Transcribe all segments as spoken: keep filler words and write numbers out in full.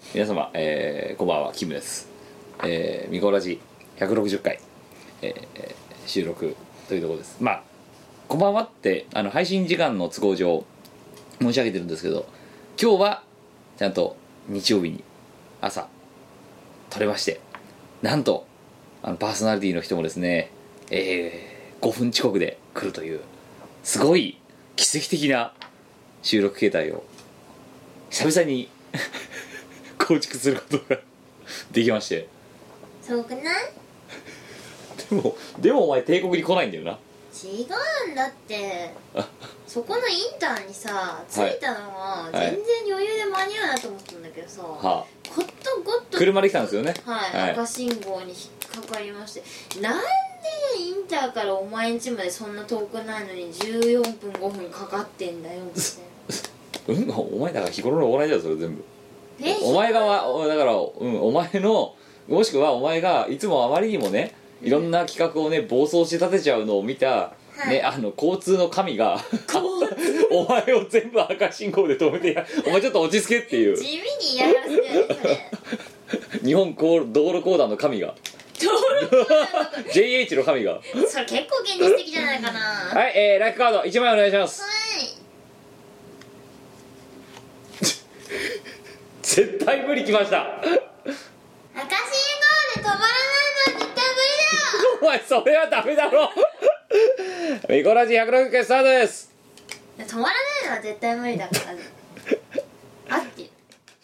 皆様、えー、こんばんは、キムです。えー、ミコラジひゃくろくじゅっかい、えー、収録というところです。まあこんばんはってあの配信時間の都合上申し上げてるんですけど、今日はちゃんと日曜日に朝撮れまして、なんとあのパーソナリティの人もですね、えー、ごふん遅刻で来るというすごい奇跡的な収録形態を久々に構築することができまして。 そうかな。 でもでもお前帝国に来ないんだよな。 違うんだってそこのインターにさ着いたのは全然余裕で間に合うなと思ったんだけどさ、 はあ、 ことごと車で来たんですよね。 はい、はい、赤信号に引っかかりまして、なんでインターからお前ん家までそんな遠くないのにじゅうよんぷんごふんかかってんだよみたいな。 うん、お前だから日頃の行いだよそれ全部。 えお前がだから、うん、お前のもしくはお前がいつもあまりにもねいろんな企画をね暴走して立てちゃうのを見た、はい、ね、あの交通の神がお前を全部赤信号で止めてやお前ちょっと落ち着けっていう地味に嫌がらせだよねそれ。 日本道路公団の神が道路公団のジェイエイチ の神がそれ結構現実的じゃないかな。 はい、えー、ライフカードいちまいお願いします。 はい絶対無理きました。 赤信号で止まらないのは絶対無理だよ。 お前それはダメだろ。ミコラジひゃくろくじゅっかいスタートです。 止まらないのは絶対無理だからね。あっていう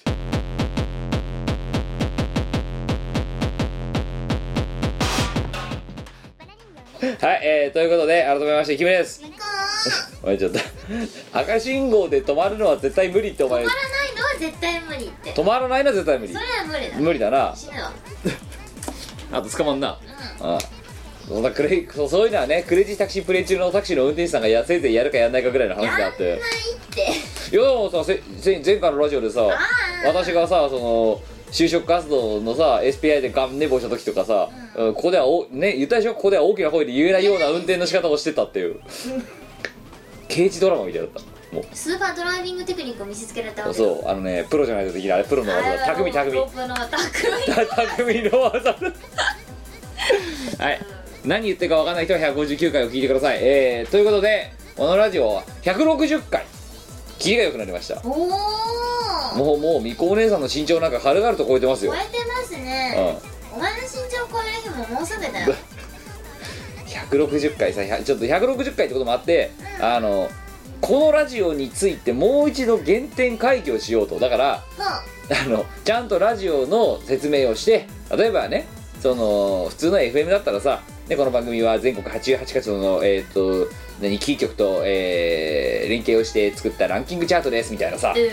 はい、えー、ということで改めましてキムです。お前ちょっと赤信号で止まるのは絶対無理ってお前。 止まらないのは絶対無理って。 止まらないのは絶対無理。 それは無理だ。 無理だな。 死ぬわ。 あと捕まんな。 うん。ああ、 そんなクレそうそういうのはね、クレイジータクシープレイ中のタクシーの運転手さんがやせいぜいやるかやんないかぐらいの話であって。 やんないって。 いやでもさ、せせ前回のラジオでさ、私がさその就職活動のさ エスピーアイ でガン寝坊した時とかさ、うん、ここではおね言ったでしょ、ここでは大きな声で言えないような運転の仕方をしてたっていう刑事ドラマみたいだった。もうスーパードライビングテクニックを見せつけられたわけ。 そうあのねプロじゃないとできないあれプロの技だ。匠匠ロープの匠匠の技はい、何言ってるか分かんない人はひゃくごじゅうきゅうかいを聞いてください。えー、ということでこのラジオはひゃくろくじゅっかいキリが良くなりました。 おお、 もうもうみこお姉さんの身長なんか軽々と超えてますよ。 超えてますね、うん、お前の身長を超える日ももうすぐだよ。 ひゃくろくじゅっかいさ、ちょっとひゃくろくじゅっかいってこともあって、うん、あのこのラジオについてもう一度原点回帰をしようと。だから、うん、あのちゃんとラジオの説明をして、例えばねその普通の エフエム だったらさ、ね、この番組は全国はちじゅうはちかしょの、えー、っと何キー局と、えー、連携をして作ったランキングチャートですみたいなさテ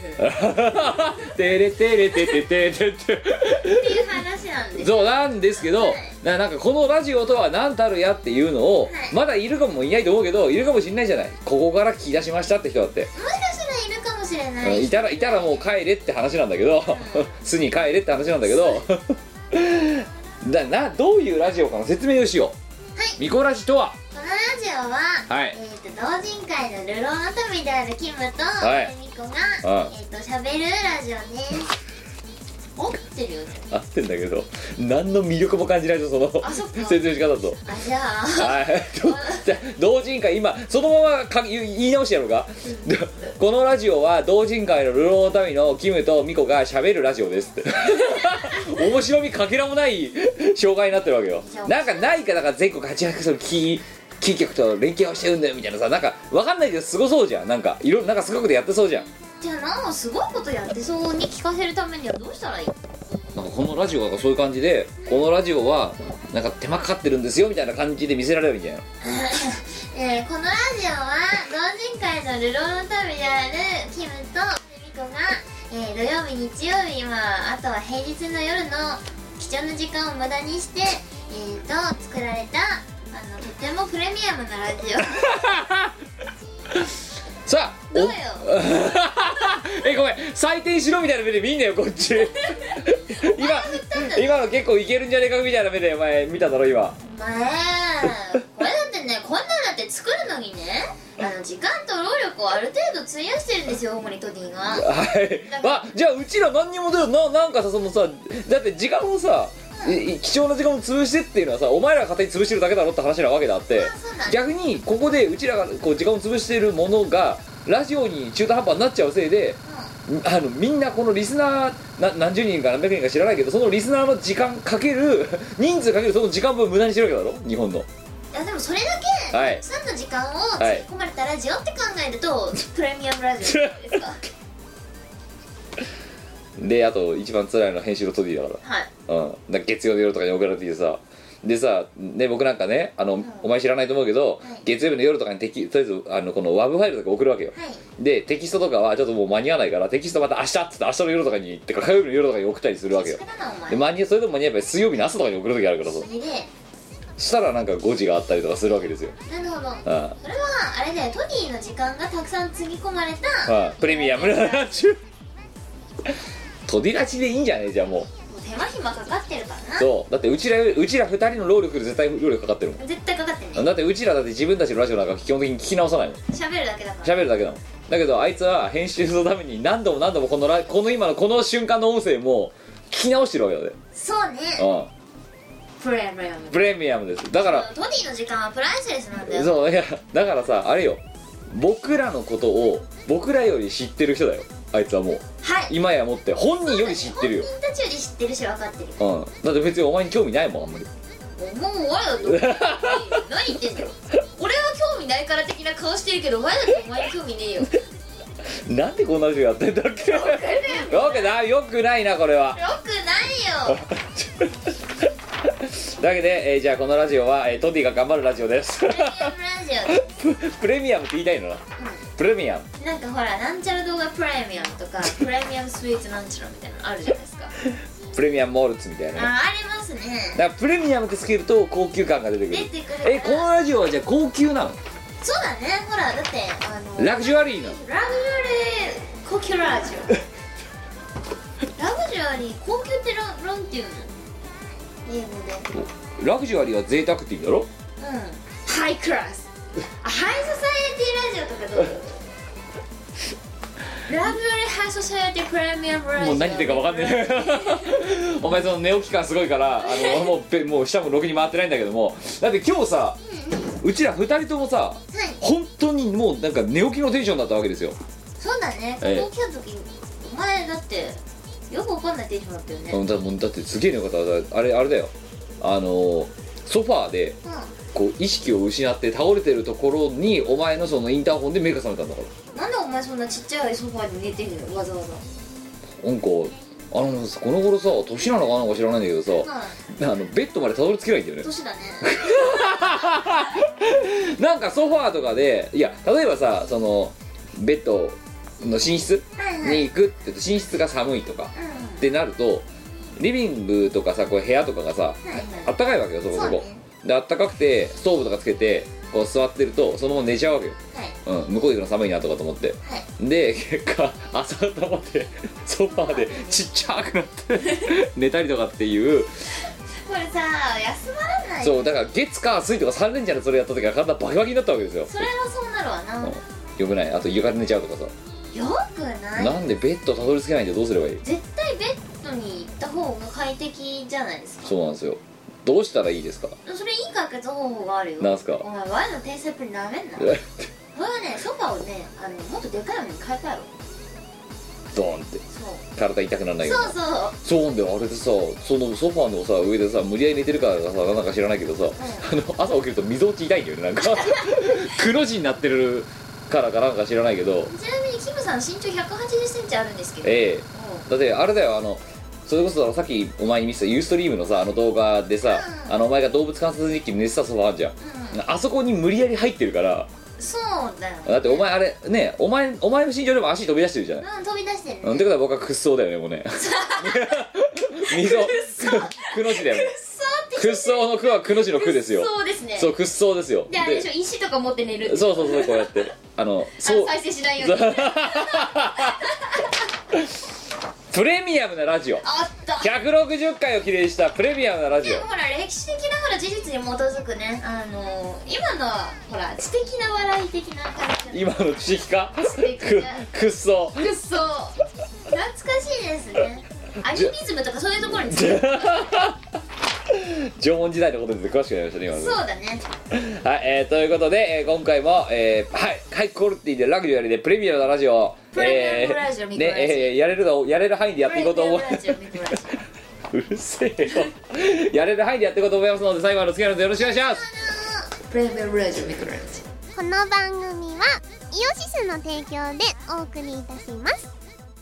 レテレテテテテテっていう話なんです。 そうなんですけど、はい、な, なんかこのラジオとは何たるやっていうのを、はい、まだいるかもいないと思うけどいるかもしれないじゃない。ここから聞き出しましたって人だってもしかしたらいるかもしれない、 いたらいたらもう帰れって話なんだけど巣に帰れって話なんだけどだなどういうラジオかの説明をしよう。はい、ミコラジとはこのラジオは、はい、えー、と同人会の流浪の民であるキムと、はい、ミコが、えー、と喋るラジオです。合ってるよね。 合ってんだけど何の魅力も感じないとその説明仕方と。 あ、じゃあ、 はい、じゃあ同人会今そのままか言い直してやろうかこのラジオは同人会の流浪の民のキムとミコが喋るラジオですって面白みかけらもない障害になってるわけよ。なんかないかだから全国はちじゅうはちかしょのキーキー局と連携をしてるんだよみたいなさ、なんか分かんないけどすごそうじゃん。なんかいろなんかすごいことやってそうじゃん。 じゃあなんかすごいことやってそうに聞かせるためにはどうしたらいい？ なんかこのラジオがそういう感じで、このラジオはなんか手間かかってるんですよみたいな感じで見せられるみたいなえー、このラジオは同人会の流浪の民であるキムとミコが、えー、土曜日日曜日、まあ、あとは平日の夜の貴重な時間を無駄にして、えー、と作られたあのとてもプレミアムなラジオさあどうよえごめん採点しろみたいな目で見んなよこっち今今の結構いけるんじゃねえかみたいな目でお前見ただろ今。 お前これだってねこんなのだって作るのにね、えあの時間と労力をある程度費やしてるんですよ、主にトディが。 はいあじゃあうちら何にもだよな。なんかさそのさだって時間をさ、うん、貴重な時間を潰してっていうのはさお前らが勝手に潰してるだけだろって話なわけであって、 まあ、 逆にここでうちらがこう時間を潰しているものがラジオに中途半端になっちゃうせいで、うん、あのみんなこのリスナーな何十人か何百人か知らないけどそのリスナーの時間かける人数かけるその時間分無駄にしてるわけだろ日本の。 いやでもそれだけ、 はい、 たくさんの時間を突っ込まれたラジオって考えると、はい、プレミアムラジオじゃないですかであと一番辛いのは編集のトディだから、はいうん、だから月曜の夜とかに送られてきてさでさで僕なんかねあの、うん、お前知らないと思うけど、はい、月曜日の夜とかにテキとりあえずあのこのワブファイルとか送るわけよ、はい、でテキストとかはちょっともう間に合わないからテキストまた明日っつって明日の夜とかにってか火曜日の夜とかに送ったりするわけよ。で間に合それでも間に合えば水曜日の朝とかに送る時あるからさそしたらなんかごじがあったりとかするわけですよ。 なるほど。ああそれはあれだよトディの時間がたくさんつぎ込まれたああプレミアムラジオトディラジでいいんじゃねえじゃあもうもう手間暇かかってるからな。 そうだってうちらうちらふたりの労力で絶対労力かかってるもん。 絶対かかってるね。 だってうちらだって自分たちのラジオなんか基本的に聞き直さないもん。 喋るだけだから喋るだけだもん。だけどあいつは編集のために何度も何度もこのラこの今のこの瞬間の音声も聞き直してるわけだね。 そうね。 うんプレミアムプレミアムです。だからトディの時間はプライスレスなんだよ。 そういやだからさあれよ僕らのことを僕らより知ってる人だよあいつはもう、はい、今やもって本人より知ってるよ。 本人たちより知ってるし分かってる。 うんだって別にお前に興味ないもんあんまり。 もうお前だって何言ってんだよ俺は興味ないから的な顔してるけどお前だってお前に興味ねえよなんでこんな人やってんだっけよくないよくないなこれはよくないよだけで、えー、じゃあこのラジオは、えー、トディが頑張るラジオですプレミアムラジオプレミアムって言いたいのな、うん、プレミアムなんかほらなんちゃら動画プレミアムとかプレミアムスイーツなんちゃらみたいなのあるじゃないですかプレミアムモルツみたいな、ね、 あありますね。 だからプレミアムってつけると高級感が出てくる。 出てくる。 えこのラジオはじゃあ高級なの？ そうだね。ほらだってあのラグジュアリーなの？ ラグジュアリー高級ラジオラグジュアリー高級ってラなんていうの英語で。 ラグジュアリーは贅沢って意味だろ？ うんハイクラスあハイソサエティラジオとかどうラグジュアリーハイソサエティプレミアムラジオもう何言ってるか分かんねえお前その寝起き感すごいからあのもうもう下もろくに回ってないんだけどもだって今日さ、うん、うちらふたりともさ、はい、本当にもうなんか寝起きのテンションだったわけですよ。 そうだねここ来た時、ええ、お前だってよくわかんないテンションだったよね。 うんだもうだってすげえの方あれあれだよあのソファーで、うんこう意識を失って倒れてるところにお前のそのインターホンで目が覚めたんだから。 なんでお前そんなちっちゃいソファーで寝てるのわざわざ。 なんかあのこの頃さ年なのかなんか知らないんだけどさ、うん、あのベッドまでたどり着けないんだよね。 年だねなんかソファーとかでいや例えばさそのベッドの寝室に行くって言って寝室が寒いとか、うん、ってなるとリビングとかさこう部屋とかがさ、はいはい、あったかいわけよそこそこであったかくてストーブとかつけてこう座ってるとそのまま寝ちゃうわけよ、はいうん、向こう行くの寒いなとかと思って、はい、で結果朝方までソファーでちっちゃくなって寝たりとかっていうこれさ休まらないそうだから月火水とかさん連チャンでそれやった時は体バキバキになったわけですよ。 それはそうなるわな、うん、 よくないあと床で寝ちゃうとかさよくないなんでベッドたどり着けないんでどうすればいい。 絶対ベッドに行った方が快適じゃないですか。 そうなんですよ。どうしたらいいですか。 それいい解決方法があるよ。 なんすか。 お前ワイの天才っぷりなめんなこれはねソファーをねあのもっとでかいのに変えたよドーンってそう体痛くならないような。 そうそうそうなんだよあれでさそのソファーのさ上でさ無理やり寝てるからさなんか知らないけどさ、うん、あの朝起きるとみぞおち痛いんだよねなんかくの字になってるからかなんか知らないけどちなみにキムさん身長ひゃくはちじゅっセンチあるんですけどええー、だってあれだよあのそれこそさっきお前に見せたユーストリームのさあの動画でさ、うん、あのお前が動物観察日記に寝てたソファーあるじゃん、うん、あそこに無理やり入ってるからそうだよ、ね、 だってお前あれねお前お前の身長でも足飛び出してるじゃない。 うん飛び出してるね。 うんってことは僕は屈走だよねもうね溝くの字だよね。屈走の句はくの字の句ですよ。 そうですね。 そう屈走ですよ。 であれでしょ石とか持って寝るって。 そうそうそうこうやってあのそう再生しないようにプレミアムなラジオあったひゃくろくじゅっかいを記念したプレミアムなラジオ。 でもほら歴史的なほの事実に基づくね、あのー、今のはほら知的な笑い的な感じ。 今の知識か知的くくっそくっそ懐かしいですね。アニミズムとかそういうところについて縄文時代のことについて詳しくなりましたね今の。 そうだね。 はい、えー、ということで、えー、今回も、えー、はいハイクオリティでラグジュアリーでプレミアムなラジオをプレミアムラジオミクラジオ、 ねえー、やれるのやれる範囲でやっていこうと思う。 プレミアムラジオミクラジうるせえよやれる範囲でやっていこうと思いますので、最後までお付き合いのほどよろしくお願いします。 オプレミアムラジオミクラジこの番組はイオシスの提供でお送りいたします。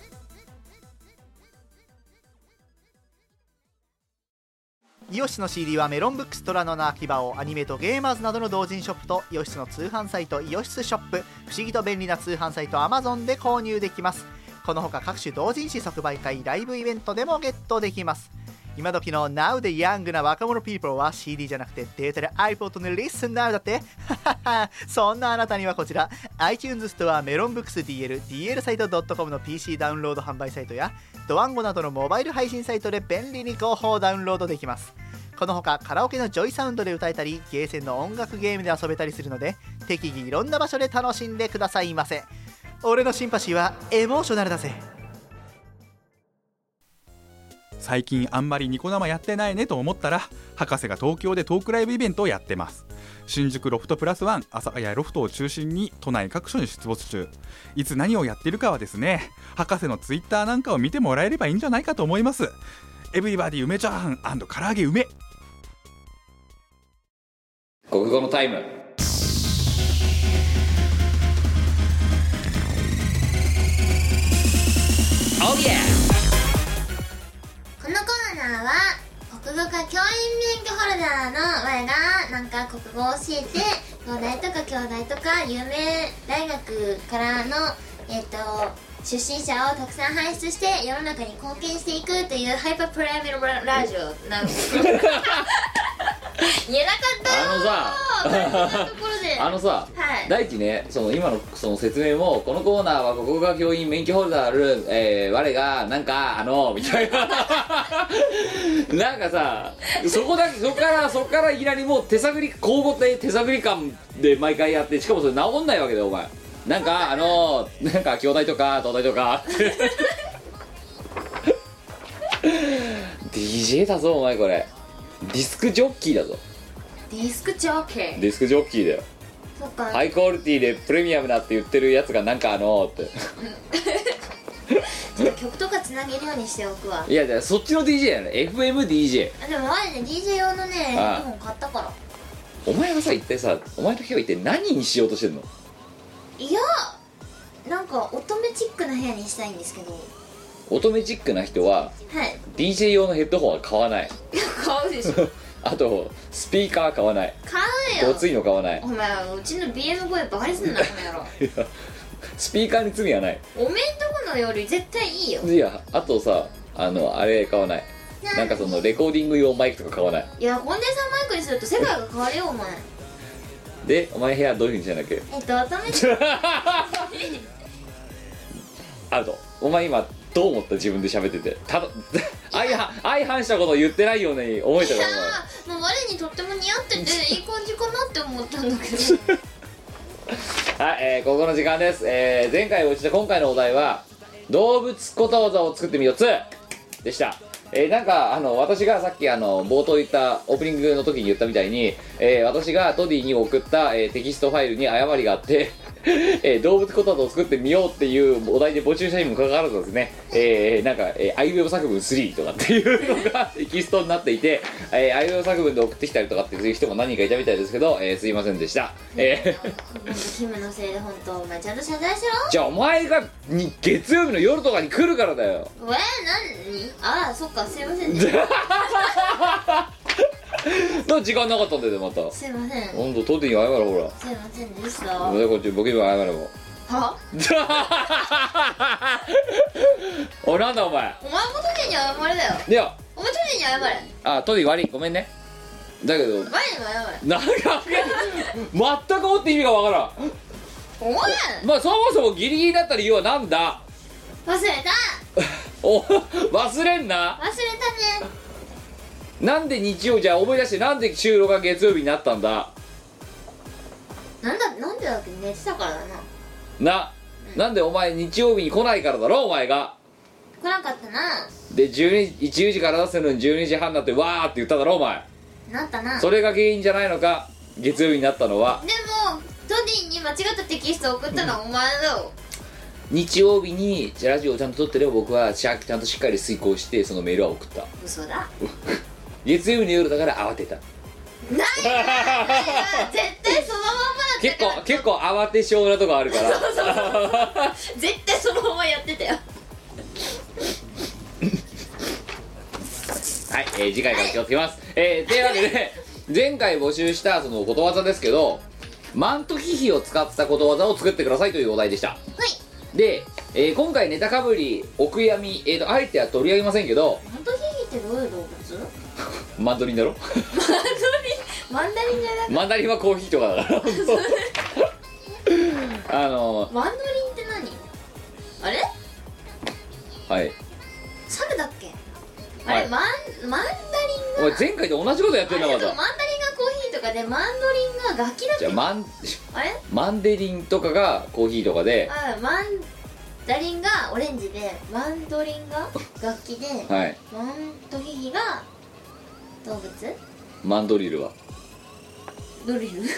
イオシスの シーディー はメロンブックストラノの秋葉をアニメとゲーマーズなどの同人ショップとイオシスの通販サイトイオシスショップ、不思議と便利な通販サイト Amazon で購入できます。このほか各種同人誌即売会、ライブイベントでもゲットできます。今時の Now でヤングな若者 people は シーディー じゃなくてデータで iPod の Listen Now だってそんなあなたにはこちら iTunes ストア、メロンブックス ディーエル、ディーエル サイト .com の ピーシー ダウンロード販売サイトやドワンゴなどのモバイル配信サイトで便利に広報ダウンロードできます。このほかカラオケのジョイサウンドで歌えたり、ゲーセンの音楽ゲームで遊べたりするので、適宜いろんな場所で楽しんでくださいませ。俺のシンパシーはエモーショナルだぜ。 最近あんまりニコ生やってないねと思ったら、博士が東京でトークライブイベントをやってます。新宿ロフトプラスワン、阿佐ヶ谷ロフトを中心に都内各所に出没中。いつ何をやってるかはですね、博士のツイッターなんかを見てもらえればいいんじゃないかと思います。エブリバディ梅チャーハン&唐揚げ梅。 国語のタイム。Oh yeah! このコーナーは国語科教員免許ホルダーの我がなんか国語を教えて、東大とか京大とか有名大学からのえっ、ー、と出身者をたくさん輩出して世の中に貢献していくというハイパープライベートラジオなんです言えなかったよあのさ大事なところであのさ、 はい、 第一ね、その今のその説明も、このコーナーは国語科教員免許ホルダーある、えー、我がなんかあのみたいななんかさ、そこだけそこからそこからいきなりもう手探り交互で手探り感で毎回やって、しかもそれ治んないわけだよお前。なんかあのなんか京大とか東大とかディージェー だぞお前、これディスクジョッキーだぞ。 ディスクジョッキーディスクジョッキーだよ。 そっか、 ハイクオリティでプレミアムだって言ってるやつがなんかあのってちょっと曲とかつなげるようにしておくわ。 いやだからそっちの ディージェー やね エフエムディージェー。 あでも前ね ディージェー 用のねヘああッドホン買ったから。 お前はさ一体さ、お前と今日一体何にしようとしてんの？ いやなんか乙女チックな部屋にしたいんですけど。 乙女チックな人ははいディージェー 用のヘッドホンは買わない。 いや買うでしょあとスピーカー買わない。 買うよ。 ごついの買わない。 お前うちの ビーエム 声バカにすんなこの野郎いやスピーカーに罪はない。 おめんとこのより絶対いいよ。 いやあとさ、あのあれ買わない。なんかそのレコーディング用マイクとか買わない。 いやコンデンサーマイクにすると世界が変わるよお前。 でお前部屋どういう風にしたんだっけ？ えっと乙女チックアウト。お前今どう思った？自分で喋っててただ相反相反したことを言ってないように思えたいやからーもう我にとっても似合ってていい感じかなって思ったんだけどはい、えー、ここの時間です、えー、前回落ちた今回のお題は動物ことわざを作ってみよっつでした。えー、なんかあの私がさっきあの冒頭言ったオープニングの時に言ったみたいに、えー、私がトディに送った、えー、テキストファイルに誤りがあってえー、動物ことわざを作ってみようっていうお題で募集したにもかかわらずですね、えー、なんか、えー、アイウェブ作文スリーとかっていうのがテキストになっていて、えー、アイウェブ作文で送ってきたりとかっていう人も何人かいたみたいですけど、えー、すいませんでした。えー、 キムのせいで本当お前ちゃんと謝罪しろ。 じゃあお前がに月曜日の夜とかに来るからだよ。 えー、何ああそっかすいませんでしたの時間なかったんだよまた。 すいませんほんとトディに謝れほら。 すいませんでした俺こっち僕にも謝れもはおなんだお前。 お前もトディに謝れだよ。 いやお前トディに謝れ。 あトディ悪いごめんね。だけど前にも謝れ。 なんか全くもって意味がわからん。 お前まあそもそもギリギリだった理由はなんだ。 忘れたお忘れんな。 忘れたね。 なんで日曜じゃあ思い出して、なんで収録が月曜日になったんだ。 なんだなんでだっけ、寝てたからだな。 な、うん、なんでお前日曜日に来ないからだろお前が。 来なかったな。 でじゅうにじから出せるのにじゅうにじはんになってわーって言っただろお前。 なったな。 それが原因じゃないのか、月曜日になったのは。 でもトディに間違ったテキストを送ったのはお前だよ。 日曜日にラジオをちゃんと撮ってれば僕はちゃんとしっかり遂行してそのメールは送った。 嘘だ。 月曜日の夜だから慌てた。 ない絶対そのまんまだった結構結構慌て性なとこあるから。 そうそうそう絶対そのままやってたよ。 はい、えー、次回から気をつけます、はい、えー、というわけで前回募集したそのことわざですけど、マントヒヒを使ったことわざを作ってくださいというお題でした。はい。で、えー、今回ネタかぶりお悔やみ、えーとあえては取り上げませんけど、 マントヒヒってどういう動物？ マンドリンだろ。 マンドリンマンダリンじゃなくてマンダリンはコーヒーとかだからあのー、 マンドリンって何？あれ？ はい、 猿だっけ？あれ、はい、マンマンダリンがお前前回と同じことやってんだまだ。 マンダリンがコーヒーとかでマンドリンが楽器だっけ？ じゃあマンあれマンデリンとかがコーヒーとかで、 あマンダリンがオレンジでマンドリンが楽器で、 はい、 マントヒヒが動物？ マンドリルはドリル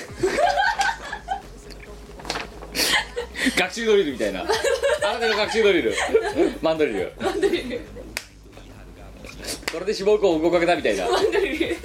学習ドリルみたいなあなたの学習ドリルマンドリルマンドリルそれで志望校を動かけたみたいなマンドリル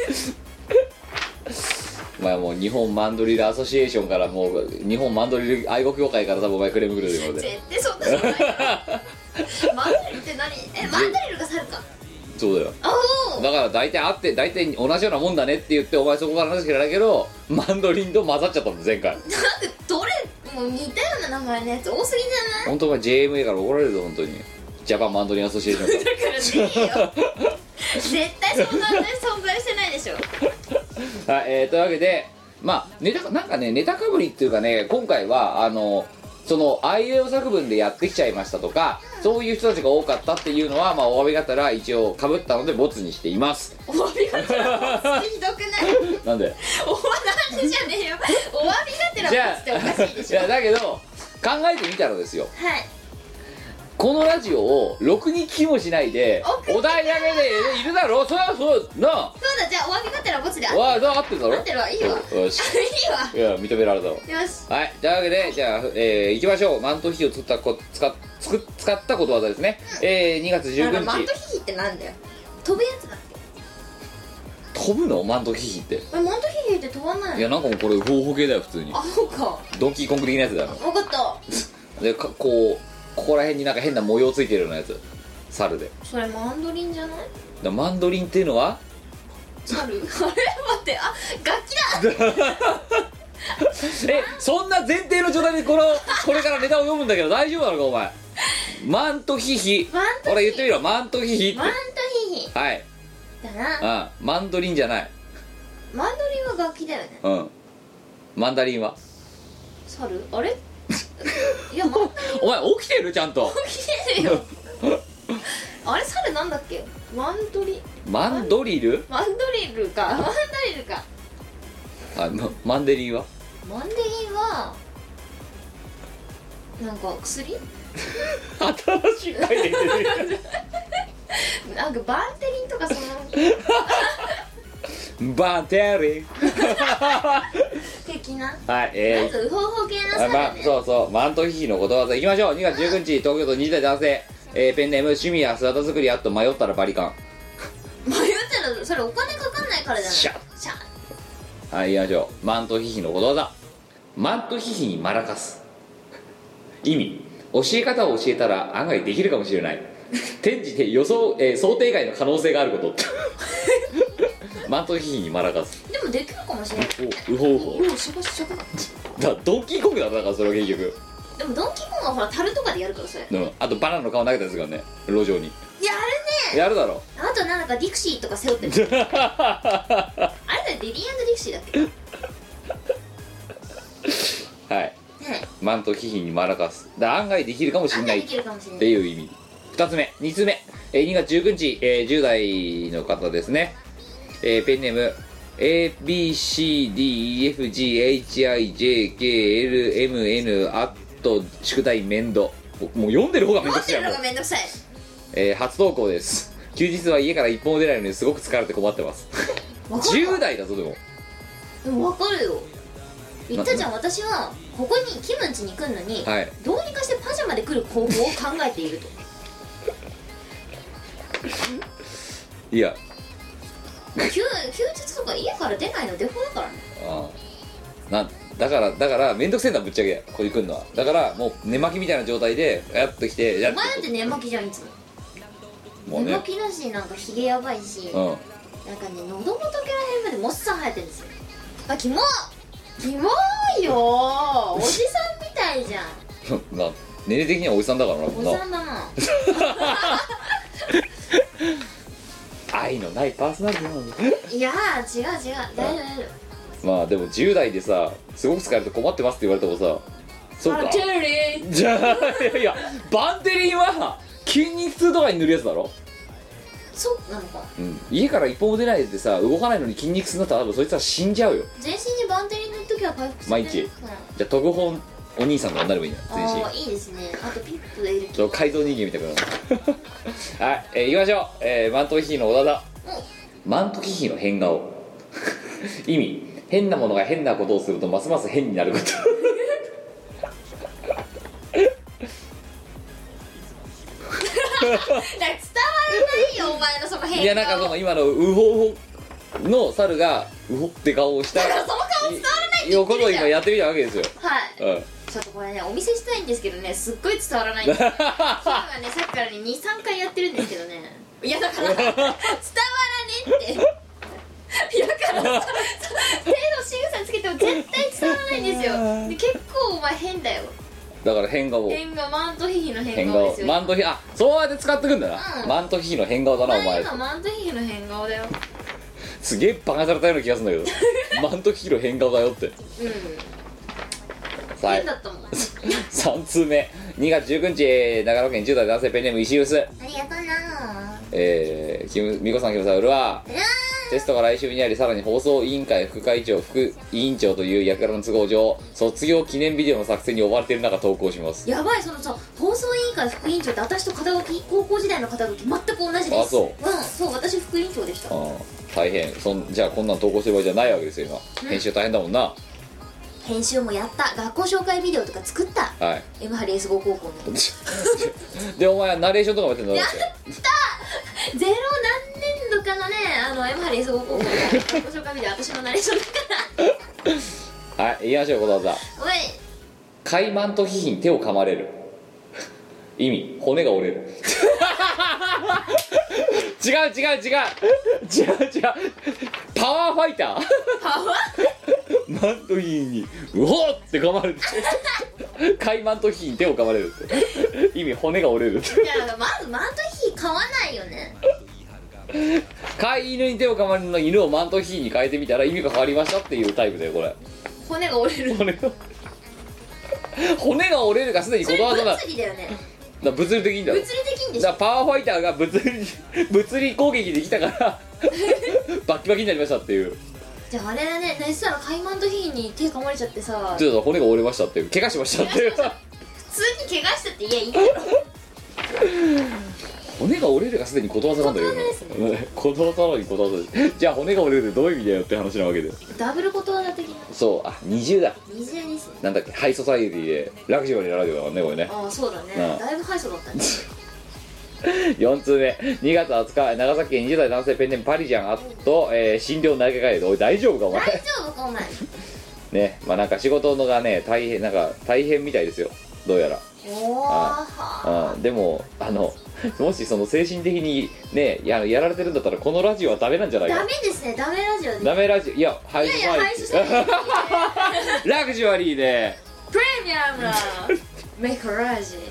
お前もう日本マンドリルアソシエーションからもう日本マンドリル愛護協会から多分お前クレームくるということで絶対そんなことないマンドリルって何？えマンドリルが猿か。 そうだよ。 あだから大体あって大体同じようなもんだねって言ってお前そこから話しかけられたけどマンドリンと混ざっちゃったんだ前回。 なんでどれもう似たような名前のやつ多すぎじゃない？ 本当お前 ジェーエムエー から怒られるぞ本当に。ジャパンマンドリンアソシエーションからだからねえよ絶対そんなね存在してないでしょはい、えー、というわけでまあネタなんかねネタかぶりっていうかね今回はあのそのあいうえお作文でやってきちゃいましたとか、うん、そういう人たちが多かったっていうのはまあお詫びがたら一応かぶったのでボツにしています。 お詫びがたらボツひどくないなんでお詫びなんでじゃねえよお詫びがてらボツっておかしいでしょ。 いやだけど考えてみたらですよ、 はいこのラジオをろくに聞きもしないでお題だけでいるだろ。そりゃそうなあ。 そうだじゃあお詫びがてらボツであってる。 わあ合ってるだろ。 合ってるわいいわよしいいわいや認められたわ。 よしはいというわけでじゃあ、えー、いきましょう。マントヒヒを作ったこ使っ使使ったことわざですね、うん、えー、にがつじゅうくにち。 マントヒヒってなんだよ。飛ぶやつだっけ？ 飛ぶのマントヒヒってえマントヒヒって飛ばないの？ いやなんかもうこれ方法系だよ普通に。 あそうかドンキーコング的なやつだよ。 分かったでかこうここら辺になんか変な模様ついてるようなやつ猿で。 それマンドリンじゃない？ だマンドリンっていうのは猿あれ待ってあ楽器だえそんな前提の状態でこのこれからネタを読むんだけど大丈夫なのかお前。マントヒヒマントヒヒ俺言ってみろマントヒヒってマントヒヒはいだな。 うんマンドリンじゃない。 マンドリンは楽器だよね。 うんマンダリンは猿あれいやマンダリンお前起きてるちゃんと起きてるよあれ猿なんだっけ？マンドリマンドリルマンドリルかマンドリルかあ、ま、マンデリンはマンデリンはなんか薬新しい回でなんかバンテリンとかそのバンテリン的なはいえー、 なんかウホウホ系な猿ね、 ま、そうそうマントヒヒのことわざいきましょう。にがつじゅうくにち東京都にじゅう代男性、えー、ペンネーム趣味や姿作りあと迷ったらバリカン。 迷ったらそれお金かかんないからじゃない。 シャッシャッはい言いましょう。マントヒヒのことわざマントヒヒにマラカス。意味教え方を教えたら案外できるかもしれない。転じて予想、えー、想定外の可能性があることマントヒヒにマラカス。 でもできるかもしれない。 おウホウホおおしばししゃくだだドンキーコングだったからそれは結局。 でもドンキーコングはほら樽とかでやるからそれ。 うんあとバナナの皮投げたやつがね路上にやるね。 やるだろ。 あとなんかディクシーとか背負ってるあれだよディリー&ディクシーだっけはい、はい、マントヒヒにマラカスだ案外できるかもしれないっていう意味。ふたつめにつめ、えー、にがつじゅうくにち、えー、じゅう代の方ですね。 えーペンネーム エービーシーディーイーエフジーエイチアイジェーケーエルエムエヌ アット宿題めんど、もう読んでる方がめんどくさい。 持ってるのがめんどくさい。 えー初投稿です。休日は家から一歩も出ないのにすごく疲れて困ってます。じゅう代だぞ。でもでも分かるよ。言ったじゃん、私はここにキムン家に来るのに、 はい、 どうにかしてパジャマで来る方法を考えていると。 いや休, 休日とか家から出ないのデフォだからね。 ああなだからだからめんどくせえんだぶっちゃけここに来るのは。だからもう寝巻きみたいな状態でやっと来てやっお前だって寝巻きじゃんいつも。もうね、寝巻きだしなんかヒゲやばいし、うん、なんかね喉元から辺までモッサン生えてるんですよ。あ、キモキモいよおじさんみたいじゃん。 まあ年齢的にはおじさんだからな。 おじさんだな。 愛のないパーソナリティなの。 いやー違う違う、大丈夫大丈夫。まあでもじゅう代でさすごく疲れて困ってますって言われてもさ、そうかバンテリンじゃあいやいやバンテリンは筋肉痛とかに塗るやつだろ。 そうなのか、 うん、家から一歩も出ないでさ動かないのに筋肉痛になったら多分そいつは死んじゃうよ。 全身にバンテリン塗るときは回復して毎日、うん、じゃあ特報お兄さんとかになればいいんだよ全身。 ああいいですね。あとピップエルキ改造人間みたいなはい、えー、行きましょう、えー、マントヒヒの小田だ。マントヒヒの変顔意味、変なものが変なことをするとますます変になることなんか伝わらないよお前のその変顔。 いやなんかその今のウホウホの猿がウホって顔をしただからその顔伝わらないって言ってるじゃん。 ことを今やってみたわけですよ。 はい、うん、ちょっとこれねお見せしたいんですけどね、すっごい伝わらないんですよ。キムがねさっきからね にさんかいやってるんですけどね、いやだから伝わらねえっていやだから手の仕草つけても絶対伝わらないんですよ。で結構お前変だよ。 だから変顔変顔、マントヒヒの変顔ですよ。 マントヒヒ、あ、そうやって使ってくんだな、うん、マントヒヒの変顔だなお前。 今マントヒヒの変顔だよ。 すげえバカされたような気がするんだけどマントヒヒの変顔だよって。うん変だったもんさん通目にがつじゅうくにち、長野県じゅう代男性ペンネーム石臼。 ありがとうな。 えー、キムミコさんキムさんうるわ。テストが来週にあり、さらに放送委員会副会長副委員長という役柄の都合上、卒業記念ビデオの作成に追われている中投稿します。 やばい、そのさ放送委員会副委員長って私と肩書き高校時代の肩書き全く同じです。 あ、そう。 うん、そう、私副委員長でした。 あ大変。そんじゃあこんなん投稿してる場合じゃないわけですよ今、うん、編集大変だもんな。 編集もやった、学校紹介ビデオとか作った、はい、エムハリエースご高校のでお前はナレーションとかもやってんの？ やったゼロ何年度かのね、あの エムハリエースご高校の学校紹介ビデオ私のナレーションだからはい、言いましょう、ことわざ。 おいカイマントヒヒに手を噛まれる意味、骨が折れる違う違う違う違う違う違うパワーファイターパワーマントヒヒにうほーって噛まれるカイマントヒヒに手を噛まれるって意味、骨が折れるって。 いやまずマントヒヒ噛まないよね。 飼い犬に手を噛まれるの犬をマントヒヒに変えてみたら意味が変わりましたっていうタイプだよこれ。 骨が折れる。 骨が骨が折れるがすでにことわざだ。 物理だよね。 だ物理的にだろ。 物理的にでしょ。 だからパワーファイターが物理物理攻撃できたからバッキバキになりましたっていう。 じゃああれだね、そしたらカイマントヒヒに手噛まれちゃってさ、 ちょっと骨が折れましたっていう、怪我しましたっていう。 普通に怪我したって言えばいいんだろ骨が折れるがすでにことわざなんだけど、ね、ことわざなのにことわざです。じゃあ骨が折れるってどういう意味だよって話なわけで、 ダブルことわざ的な。 そう、あ、二重だ。 二重ですね。 なんだっけ、ハイソサイティでラグジュアリーなラジオだからねこれね。 ああそうだね、だいぶハイソだったねよん通目にがつはつか、長崎県にじゅう代男性ペンネームパリジャンあと、えー、診療投げかえる。おい大丈夫かお前。 大丈夫かお前ね、まあなんか仕事のがね大変、なんか大変みたいですよどうやら。 おああでもあのもしその精神的にね や, やられてるんだったらこのラジオはダメなんじゃないか。 ダメですね、ダメラジオで。 ダメラジオ、いやハイソサイティラグジュアリーでプレミアムなメカラジ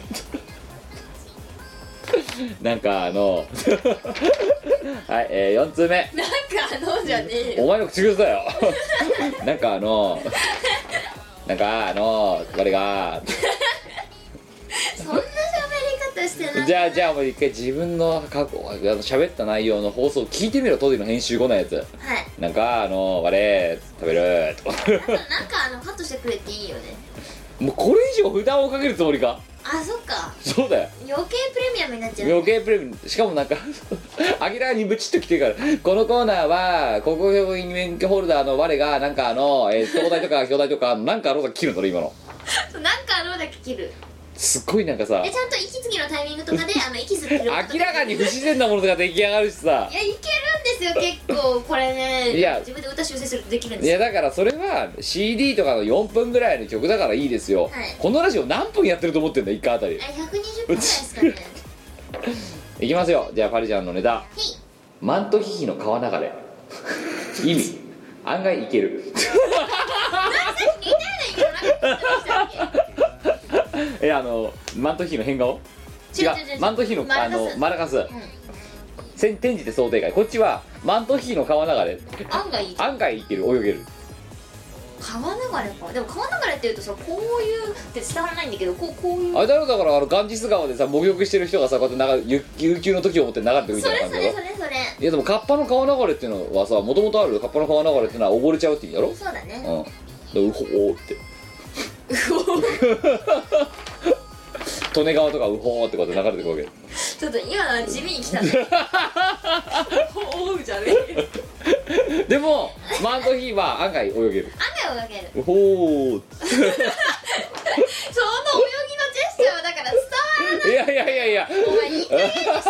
なんかあのはい、えー、よん通目なんかあのじゃねえよ、 お前の口癖だよなんかあのなんかあのこれがそんな喋り方ししてない。 じゃあじゃあもう一回自分の過去あの喋った内容の放送を聞いてみろ。当時の編集後のやつはい。 なんかあのあれ食べるとかあとなんかあのカットしてくれていいよね。 もうこれ以上負担をかけるつもりか。 あ、そっか。 そうだよ、 余計プレミアムになっちゃう。 余計プレミしかもなんか明らかにブチッと来てるからこのコーナーは国語表現免許ホルダーの我がなんかあの、えー、東大とか京大とかなんかあのさ切るの今のなんかあのだけ切る。 すっごいなんかさでちゃんと息継ぎのタイミングとかであの息吸ってる音とか明らかに不自然なものが出来上がるしさいやいけるんですよ結構これね。 いや自分で歌修正するとできるんいですよ。 やだからそれは シーディー とかのよんぷんぐらいの曲だからいいですよ、 はいこのラジオ何分やってると思ってんだいっかいあたり。 あ、ひゃくにじゅっぷんぐらいですかね。 いきますよ。じゃあパリちゃんのネタ、 いマントヒヒの川流れ意味案外いける似たような言い方なんか言ってましたっけ。 えあのマントヒヒの変顔違う違う違うマントヒヒのマラカスあのマラカス、 うんせん転じて想定外。こっちはマントヒヒの川流れ案外いい。 案外いける泳げる。 川流れか。でも川流れって言うとさこういうって伝わらないんだけど、こうこういうあれだろだからあのガンジス川でさ沐浴してる人がさこうやって流れ悠久の時を持って流れてるみそたいな感じだろ。 れそれそれそれいやでもカッパの川流れっていうのはさもともとあるカッパの川流れっていうのは溺れちゃうって意味だろ。 そうだね。 うんでウホーって利根川とかウホーってこうやって流れてくわけ。 ちょっと今のは地味に来たね。ほうじゃねえ。 でもマントヒーは案外泳げる。 案外泳げる。 ウホーその泳ぎのジェスチャーはだから伝わらない。 いやいやいやいやお前いい加減にしろよ。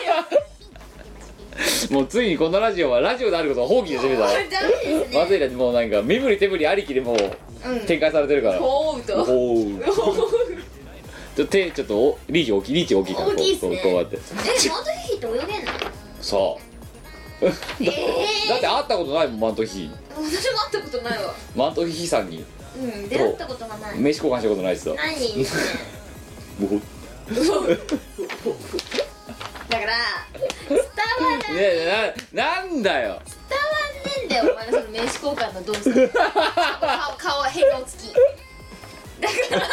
もうついにこのラジオはラジオであることを放棄でしてみたダメですね。 まずいな。もうなんか身振り手振りありきでもううん展開されてるから、 ほうと。 ほうちょっと手ちょっとおリーチ大きいリーチ大きいから大きいっすねこうこうやってえ、マントヒヒって泳げんの？ そうええだって会ったことないもんマントヒー。 私も会ったことないわ。 マントヒーさんにうん、出会ったことがない。 名刺交換したことないっすよ。 ないですね。 もうだから伝わらない。 ねえななんだよ伝わんねえんだよお前のその名刺交換の動作。顔顔変顔つき。だから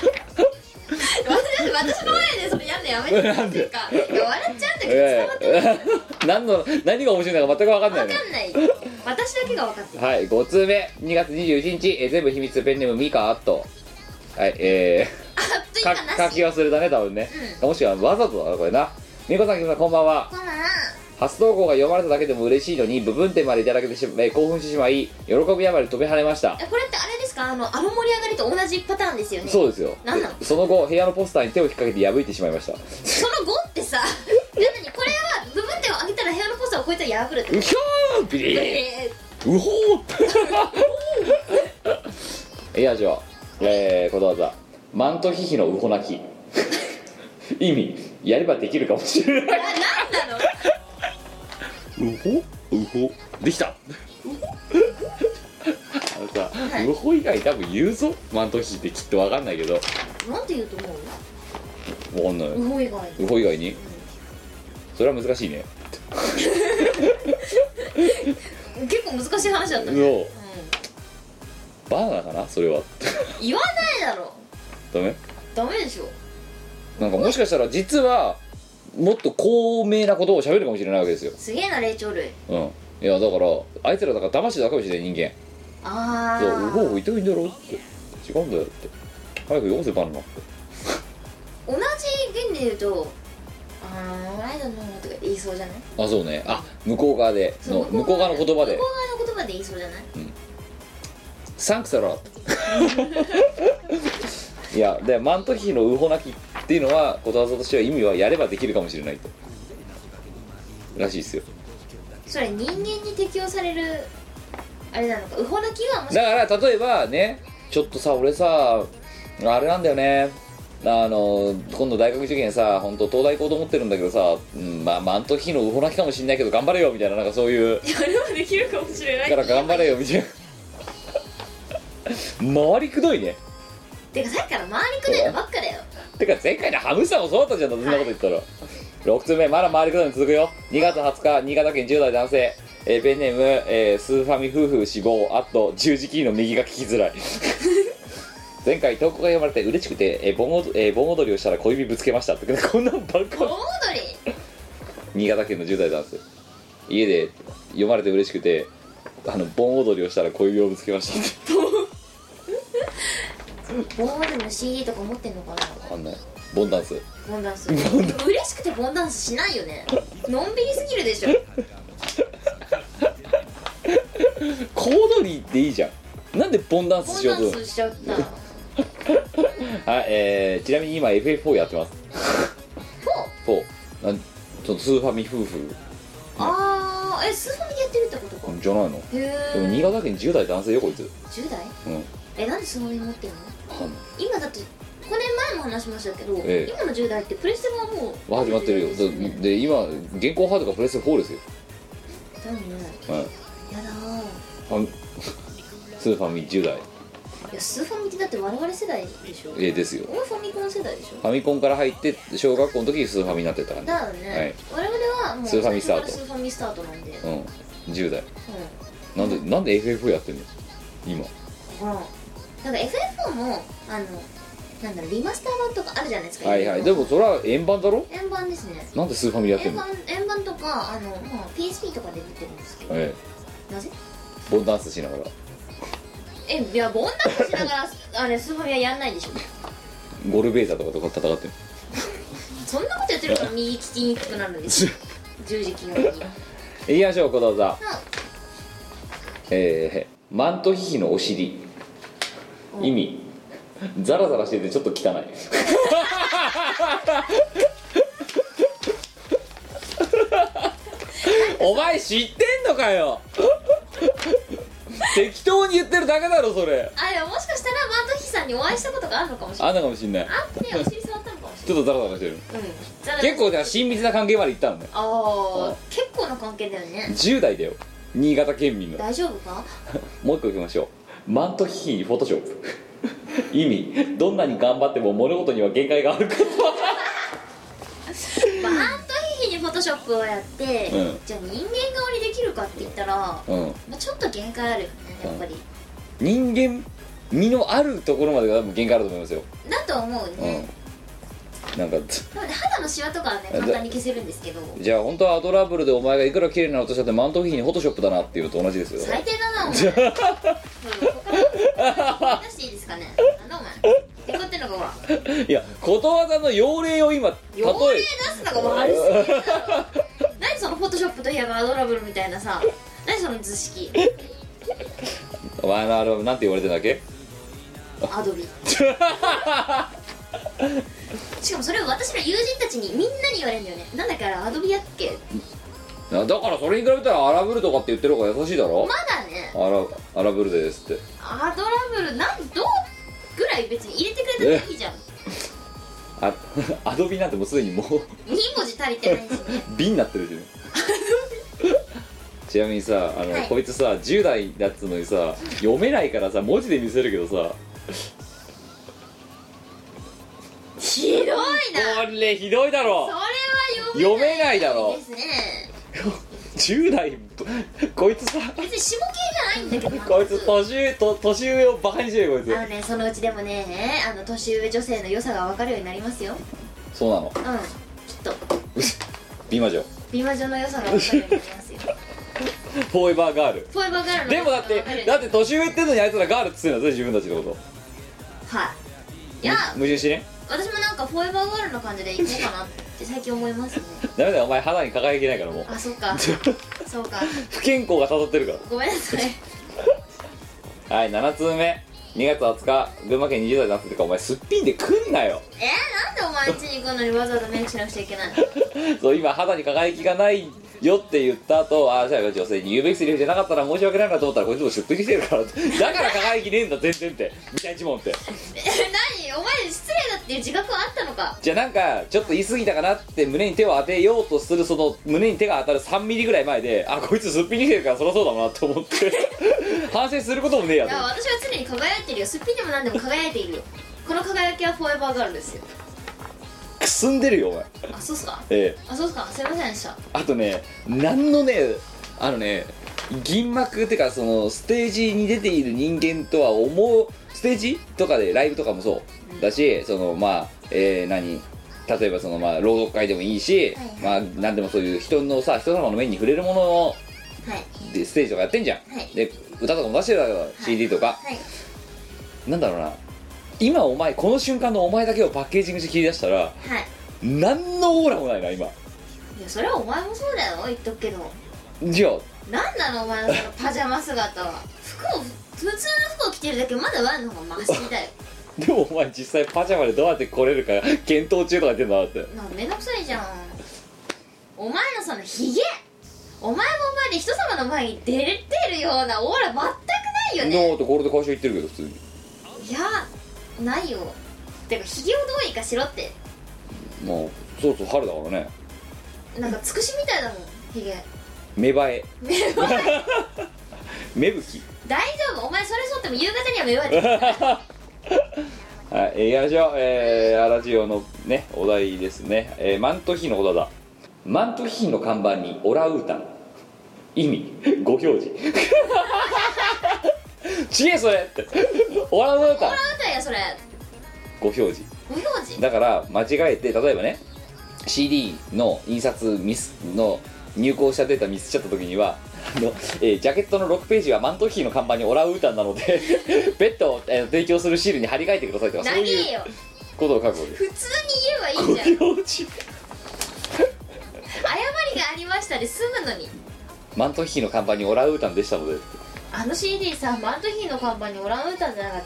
私私の前でそれやんのやめてもらっていうか、いや笑っちゃうんだけど伝わってない。 何の何が面白いのか全く分かんないね。 わかんない。私だけが分かってる。 はいご通目にがつにじゅういちにち、えー全部秘密ペンネームミカアット。はいえあっとー、 いうかなし。 か書き忘れたね多分ね、もしくはわざとだなこれな。みこさんきむさんこんばんは。 こんばんは。 初投稿が読まれただけでも嬉しいのに部分点までいただけてしまい興奮してしまい喜びあまり飛び跳ねました。 えこれってあれですか、あのあの盛り上がりと同じパターンですよね。 そうですよ。 なんなのでその後部屋のポスターに手を引っ掛けて破いてしまいました。 その後ってさ、なのにこれは部分点を上げたら部屋のポスターをこいつは破るってうひょービリーえうほーいやじゃあえー、ことわざマントヒヒのウホ泣き意味やればできるかもしれー、 ない。 な、なんなのウホウホできた。あのさ、 はいウホ以外多分言うぞマントヒヒってきっと分かんないけどなんて言うと思う分かんない。 ウホ以外に。 ウホ以外にそれは難しいね。 結構難しい話だったね。 そううんバナナかなそれは。 言わないだろ。 ダメダメでしょ。 なんかもしかしたら実はもっと高名なことを喋るかもしれないわけですよ。 すげえな霊長類。 うんいやだからあいつらだから騙してたかもしれない人間。 あそうウホウホあ。 言ってもいいんだろうって違うんだよって早くよこせバナナって同じ原理で言うと、あー、I don't know とか言いそうじゃない？ あそうねあ向こう側での向こう側の言葉で向こう側の言葉で言いそうじゃない？ サンクスアロットいやでマントヒヒのウホ泣きっていうのはことわざとしては意味はやればできるかもしれないとらしいですよ。 それ人間に適用されるあれなのか。ウホ泣きはもしだから例えばねちょっとさ俺さあれなんだよねあの今度大学受験さ本当東大行こうと思ってるんだけどさ、うん、まあマントヒヒのウホ泣きかもしれないけど頑張れよみたいななんかそういうやればできるかもしれない。 だから頑張れよみたいな回りくどいね。 てかさっきから周りくどいのばっかだよ。 てか前回のハムスターもそうだったじゃんそんなこと言ったら、はい、ろくつめまだ回りくどいの続くよ。にがつはつか新潟県じゅう代男性、えー、ペンネーム、えー、スーファミ夫婦死亡あと十字キーの右が聞きづらい前回投稿が読まれて嬉しくて、えー、盆踊えー、盆踊りをしたら小指ぶつけましたって。こんなんばっか。 盆踊り新潟県のじゅう代男性、家で読まれて嬉しくて、あの盆踊りをしたら小指をぶつけましたって盆踊りの シーディー とか持ってんのかな。 分かんない。盆ダンス盆ダンス嬉しくて盆ダンスしないよね。のんびりすぎるでしょ。 小踊りっていいじゃん。なんで盆ダンス盆しようと。 ダンスしちゃったはい、えー、ちなみに今 エフエフフォー やってます。フォーなんちょっとスーファミ夫婦あー、え、スーファミでやってるってことか。 じゃないの。 へでも新ー、 潟県じゅう代男性よこいつ。 じゅう代うんえ、なんでスーファミ持ってんの。 わかんない。 今だってごねんまえも話しましたけど、 ええ今のじゅう代ってプレステはもう始まってるよ。 ですねでで今現行ハードがプレステフォーですよ。 だね。 はい。 やだー。 ファミスーファミじゅう代いや、スーファミってだって我々世代でしょ。 えーですよ。 俺ファミコン世代でしょ。 ファミコンから入って小学校の時にスーファミになってたからね。 だよね、我々はもうスーファミスタート最初からスーファミスタートなんで、うん、 うんじゅう代なんでなんで エフエフ やってんの今。 ほら、なんか エフエフフォー もあのなんだろう、リマスター版とかあるじゃないですか。 はいはい。でもそれは円盤だろ。 円盤ですね。 なんでスーファミでやってんの。 円盤円盤とかあの、まあ、ピーエスピー とかで出てるんですけど、 えなぜえボンダンスしながらえ、いや、ボンダンスしながらあれスーファミはやんないでしょ。 ゴルベーザとかとか戦ってる。 そんなことやってるから右利きにくくなるんですよ。十字キーの右。 言いましょう。ことわざ、 あ、 えー、マントヒヒのお尻。意味、ザラザラしててちょっと汚いお前知ってんのかよ適当に言ってるだけだろそれ。 あれもしかしたらマントヒさんにお会いしたことがあるのかもしれない。 あんなかもしんない。 あってお尻触ったのかもしちょっとザラザラしてる。 れない。うん。 結構じゃあ親密な関係まで行ったのね。 ああ、結構な関係だよね。 じゅう代だよ新潟県民の。 大丈夫か。 もう一個いきましょう。マントヒヒにフォトショップ意味、どんなに頑張っても物事には限界があることマントヒヒにフォトショップをやって、 うん、 じゃあ人間顔にできるかって言ったら、 うん、 まあ、ちょっと限界あるよねやっぱり、 うん、人間味のあるところまでが多分限界あると思いますよ。 だと思うね、 うん、なんかなので肌のシワとかはね簡単に消せるんですけど、 じゃあ本当はアドラブルでお前がいくら綺麗なのとしたってマントヒヒにフォトショップだなっていうのと同じですよ。 最低だなお前。うん、ここから出していいですかね。なんだお前デコってんのかほら。 いやことわざの用例を今例え用例出すのが悪すぎるだろ。何そのフォトショップといえばアドラブルみたいなさ、何その図式。 お前のあれなんて言われてんだっけ。 アドビしかもそれを私の友人たちにみんなに言われるんだよね。なんだっけあれアドビやっけ。 だからそれに比べたらアラブルとかって言ってる方が優しいだろ。 まだねアラアラブルですって。 アドラブルなんどうぐらい別に入れてくれたらいいじゃん。 あアドビなんてもうすでにもうに文字足りてないしね。 ビになってるしねちなみにさあの、 はい、 こいつさじゅう代だっつうのにさ読めないからさ文字で見せるけどさひどいな。 これひどいだろ。 それは読めないだろですね。 じゅう代こいつさ別に下系じゃないんだけどこいつ年上と年上をバカにしてるよこいつ。 あのねそのうちでもねあの年上女性の良さが分かるようになりますよ。 そうなの。 うんきっと美魔女美魔女の良さが分かるようになりますよフォーエバーガール。 フォーエバーガールのでもだってだって年上ってんのにあいつらガールっつってんだぞ自分たちのこと。 はいいや矛盾しね。 私もなんかフォーエバーガールの感じでいこうかなって最近思いますねダメだよお前肌に輝きないからもう。 あそっかそうか不健康が辿ってるから。 ごめんなさいはいななつうめにがつはつか群馬県にじゅう代男性ってかお前すっぴんで来んなよえー、なんでお前ん家に来るのにわざわざメイクしなくちゃいけないのそう今肌に輝きがないよって言った後、ああじゃあ女性に言うべきセリフじゃなかったら申し訳ないなと思ったらこいつも出費してるからだから輝きねえんだ全然ってみたい一問ってえ何お前失礼だっていう自覚はあったのか。 じゃあなんかちょっと言い過ぎたかなって胸に手を当てようとするその胸に手が当たるさんミリぐらい前であこいつすっぴんにしてるからそりゃそうだもんなと思って反省することもねえやと。 いや私は常に輝いてるよ。すっぴんでも何でも輝いているよ。この輝きはフォーエバーガールですよ。 くすんでるよお前。 あそうっすか。 ええあそうっすかすいませんでした。 あとねなんのねあのね銀幕ってかそのステージに出ている人間とは思う、ステージとかでライブとかもそうだし、そのまあ、えー、何例えばそのまあ朗読会でもいいし、 はいはい、 まあ何でもそういう人のさ、人様の目に触れるものの、 はい、 でステージとかやってんじゃん、 はい、 で歌とかも出してるわけよ、はい、シーディー とか、 はい、 なんだろうな、今お前この瞬間のお前だけをパッケージングして切り出したら、 はい、 何のオーラもないな今。 いやそれはお前もそうだよ、言っとくけど。 じゃあなんなのお前のそのパジャマ姿は。服を普通の服を着てるだけまだワンの方がマシだよ。 でもお前実際パジャマでどうやって来れるか検討中とか言ってんだって。 なんかめんどくさいじゃん。お前のそのヒゲ、お前もお前で人様の前に出てるようなオーラ全くないよね。 だってこれで会社行ってるけど普通に。 いやないよ。てかヒゲをどうにかしろって。 もうそうそう春だからね。 なんかつくしみたいだもんヒゲ。 芽生え芽生え芽吹き。 大丈夫、お前それ剃っても夕方には芽生えてる。 はい、えー、やりましょう。えー、アラジオのねお題ですね、えー、マントヒヒのことだ。マントヒヒの看板にオラウータン、意味ご表示ちげえそれってオラウータン、 オラウータンやそれご表示。 ご表示だから間違えて、例えばね シーディー の印刷ミスの入稿したデータミスっちゃった時にはあの、えー、ジャケットのろくページはマントヒヒの看板にオラウータンなので別途、えー、提供するシールに貼り替えてくださいとか、そういうよことを書くわけ。 普通に言えばいいじゃん。 ご表示誤りがありましたで済むのに。 マントヒヒの看板にオラウータンでしたので。 あの シーディー さ、マントヒヒの看板にオランウータンじゃなかった？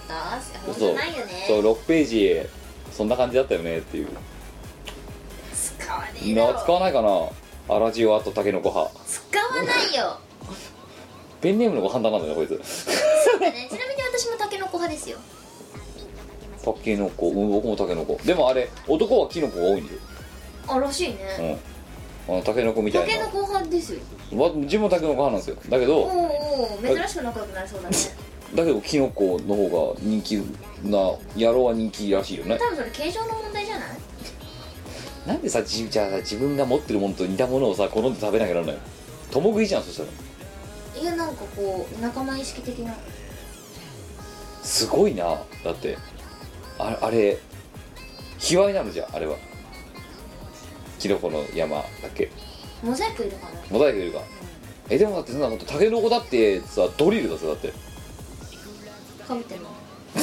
本当ないよね。 そうろくページそんな感じだったよねっていう。 使わねえだろ。 使わないかな、アラジオあとタケノコ派。 使わないよ。 ペンネームのご判断なんだよこいつ。 そうだね。ちなみに私もタケノコ派ですよ。 タケノコ、うん、僕もタケノコ。でもあれ男はキノコが多いんだよ。 あ、らしいね。 うん、あのタケノコみたいな。 タケノコ派ですよ。 わ自分もタケノコ派なんですよ。だけどおおお、珍しく仲良くなりそうだね。 だけどキノコの方が人気な、野郎は人気らしいよね。 多分それ形状の問題じゃない？ なんでさ、じじゃあさ自分が持ってるものと似たものをさ好んで食べなきゃならないの？共食いじゃん。そしたらいや、なんかこう仲間意識的な。 すごいな。だってあれ、あれ卑猥なのじゃん、あれは。キノコの山だっけ。 モザイクいるかな。 モザイクいるか、うん、えでもだってそんなことタケノコだってさドリルだぜ。だってかぶってんの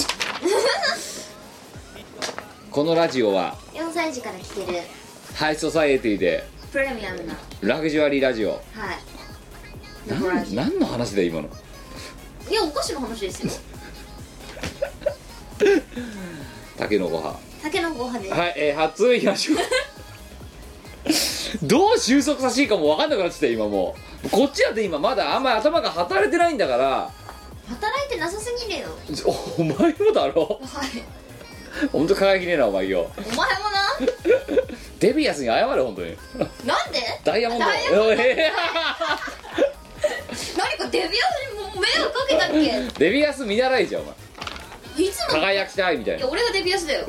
このラジオはよんさい児から聴けるハイソサエティでプレミアムな、 ラグジュアリーラジオ。 はいなん、何の話だよ今の。 いや、お菓子の話ですよ。 タケノコ派。 タケノコ派です。 はい、えー、発音いきましょうどう収束させていいかも分かんなくなってたよ今。もうこっちだって今まだあんまり頭が働いてないんだから。 働いてなさすぎるよ。 お前もだろ。 はいほんと輝きねえなお前よ。 お前もなデビアスに謝れ本当に。 なんでダイヤモンド。 ダイヤモンドえ何かデビアスにもう迷惑かけたっけ。 ーデビアス見習いじゃんお前。 いつの。 輝きたいみたいな。 いや、俺がデビアスだよ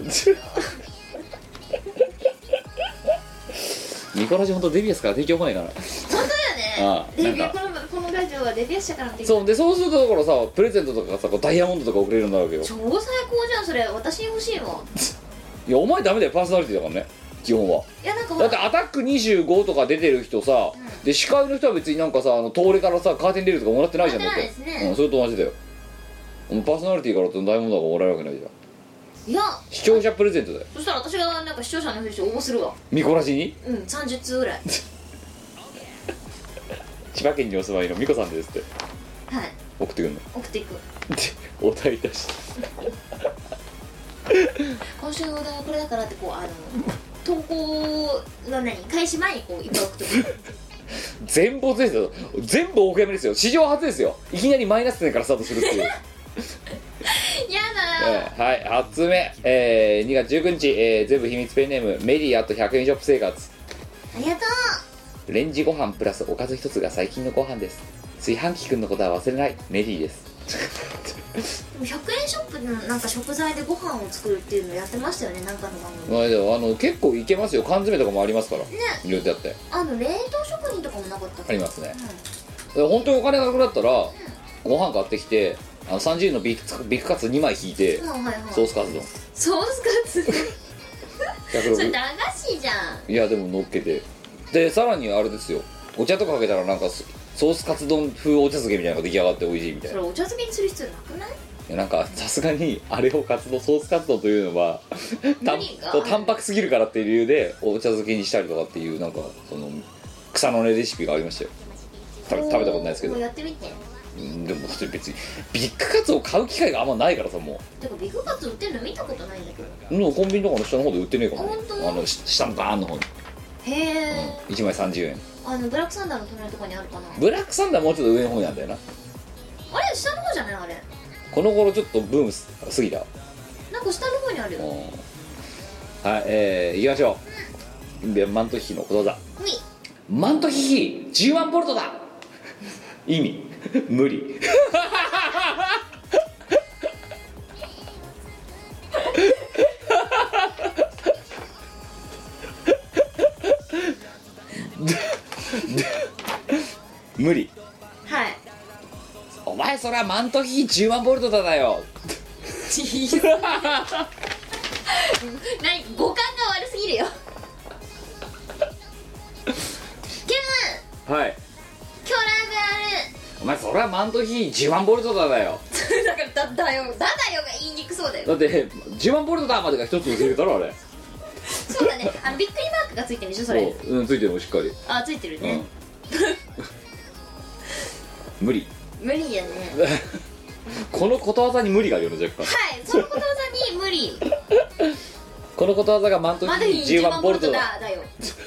ミコラジほんとデビアスから提供来ないから。 本当だよね。 ああデビなんかこのこのラジオはデビアス社からの提供。 そうで、そうするとだからさプレゼントとかさこうダイヤモンドとか送れるようになるわけよ。 超最高じゃんそれ。私に欲しいもん。 いやお前ダメだよ、パーソナリティだからね基本は。 いや、なんかほらだってアタックにじゅうごとか出てる人さ、うん、で司会の人は別になんかさあの通りからさカーテンレールとかもらってないじゃん。だって、うん、それと同じだよ。パーソナリティからとダイヤモンドがもらえるわけないじゃん。 いや、 視聴者プレゼントだよ。 そしたら私がなんか視聴者のふりして応募するわ。 ミコラジにうん、さんじゅっつうぐらい千葉県にお住まいのミコさんですってはい、 送ってくんの。 送っていく。 お題出して今週のお題はこれだからってこうあの投稿の何開始前にこういっぱい送ってくる全部ですよ。全部お悔やみですよ。史上初ですよ。いきなりマイナス点からスタートするっていうやだー、 はい、はちつ目、えー、にがつじゅうくにち、えー、全部秘密ペンネームメリーあとひゃくえんショップ生活。 ありがとレンジご飯プラスおかず一つが最近のご飯です。炊飯器くんのことは忘れないメリーですう。ひゃくえんショップでなんか食材でご飯を作るっていうのやってましたよね、なんかの番組。 まあ、でもあの結構いけますよ。缶詰とかもありますからね、 いろいろやってあの冷凍食品とかもなかったっけ。 ありますね、 本当にお金がなくなったら、ご飯買ってきてあのさんじゅうえんのビッグビッグカツにまい引いて、 うんはいはい、 ソースカツ丼ソースカツそれひゃくろく駄菓子じゃん。 いやでも乗っけて、でさらにあれですよ、お茶とかかけたらなんかソースカツ丼風お茶漬けみたいなのが出来上がって美味しいみたいな。 それお茶漬けにする必要なくない？ いやなんかさすがにあれをカツ丼ソースカツ丼というのはたん無理がそう淡白すぎるからっていう理由でお茶漬けにしたりとかっていうなんかその草の根レシピがありましたよ。食べ食べたことないですけど、 もうやってみて。 うんでもそれ別にビッグカツを買う機会があんまないからさ、もてかビッグカツ売ってるの見たことないんだけど。 うもうコンビニとかの下の方で売ってねえかな、 本当あのし下のバーンの方に、 へえ、 うん、いちまいさんじゅうえん。 あのブラックサンダーの隣のとこにあるかな。 ブラックサンダーもうちょっと上の方にあるんだよな。 あれ下の方じゃないあれ。 この頃ちょっとブームす過ぎた。 なんか下の方にあるよ。 うんはい、えー、行きましょう。でマントヒヒのことわざ。 うい。 マントヒヒじゅうワンボルトだ意味無理無理。 はい。 お前それはマントヒヒじゅうワンボルトだだよ何五感が悪すぎるよ。ケムはい、 今日ライブやる。 お前それはマントヒヒじゅうワンボルトだだよだからだだよだだよが言いにくそうだよ。 だってじゅうワンボルトだまでが一つ受けるだろあれ。 そうだね、あのびっくりマークがついてるでしょそれ。 そう、うん、ついてるもしっかり。 あついてるね、 うん、無理。 無理やね。 このことわざに無理があるよね若干。 はいそのことわざに無理。 このことわざがマントまだヒヒじゅうワンボルトだ。 だだよ。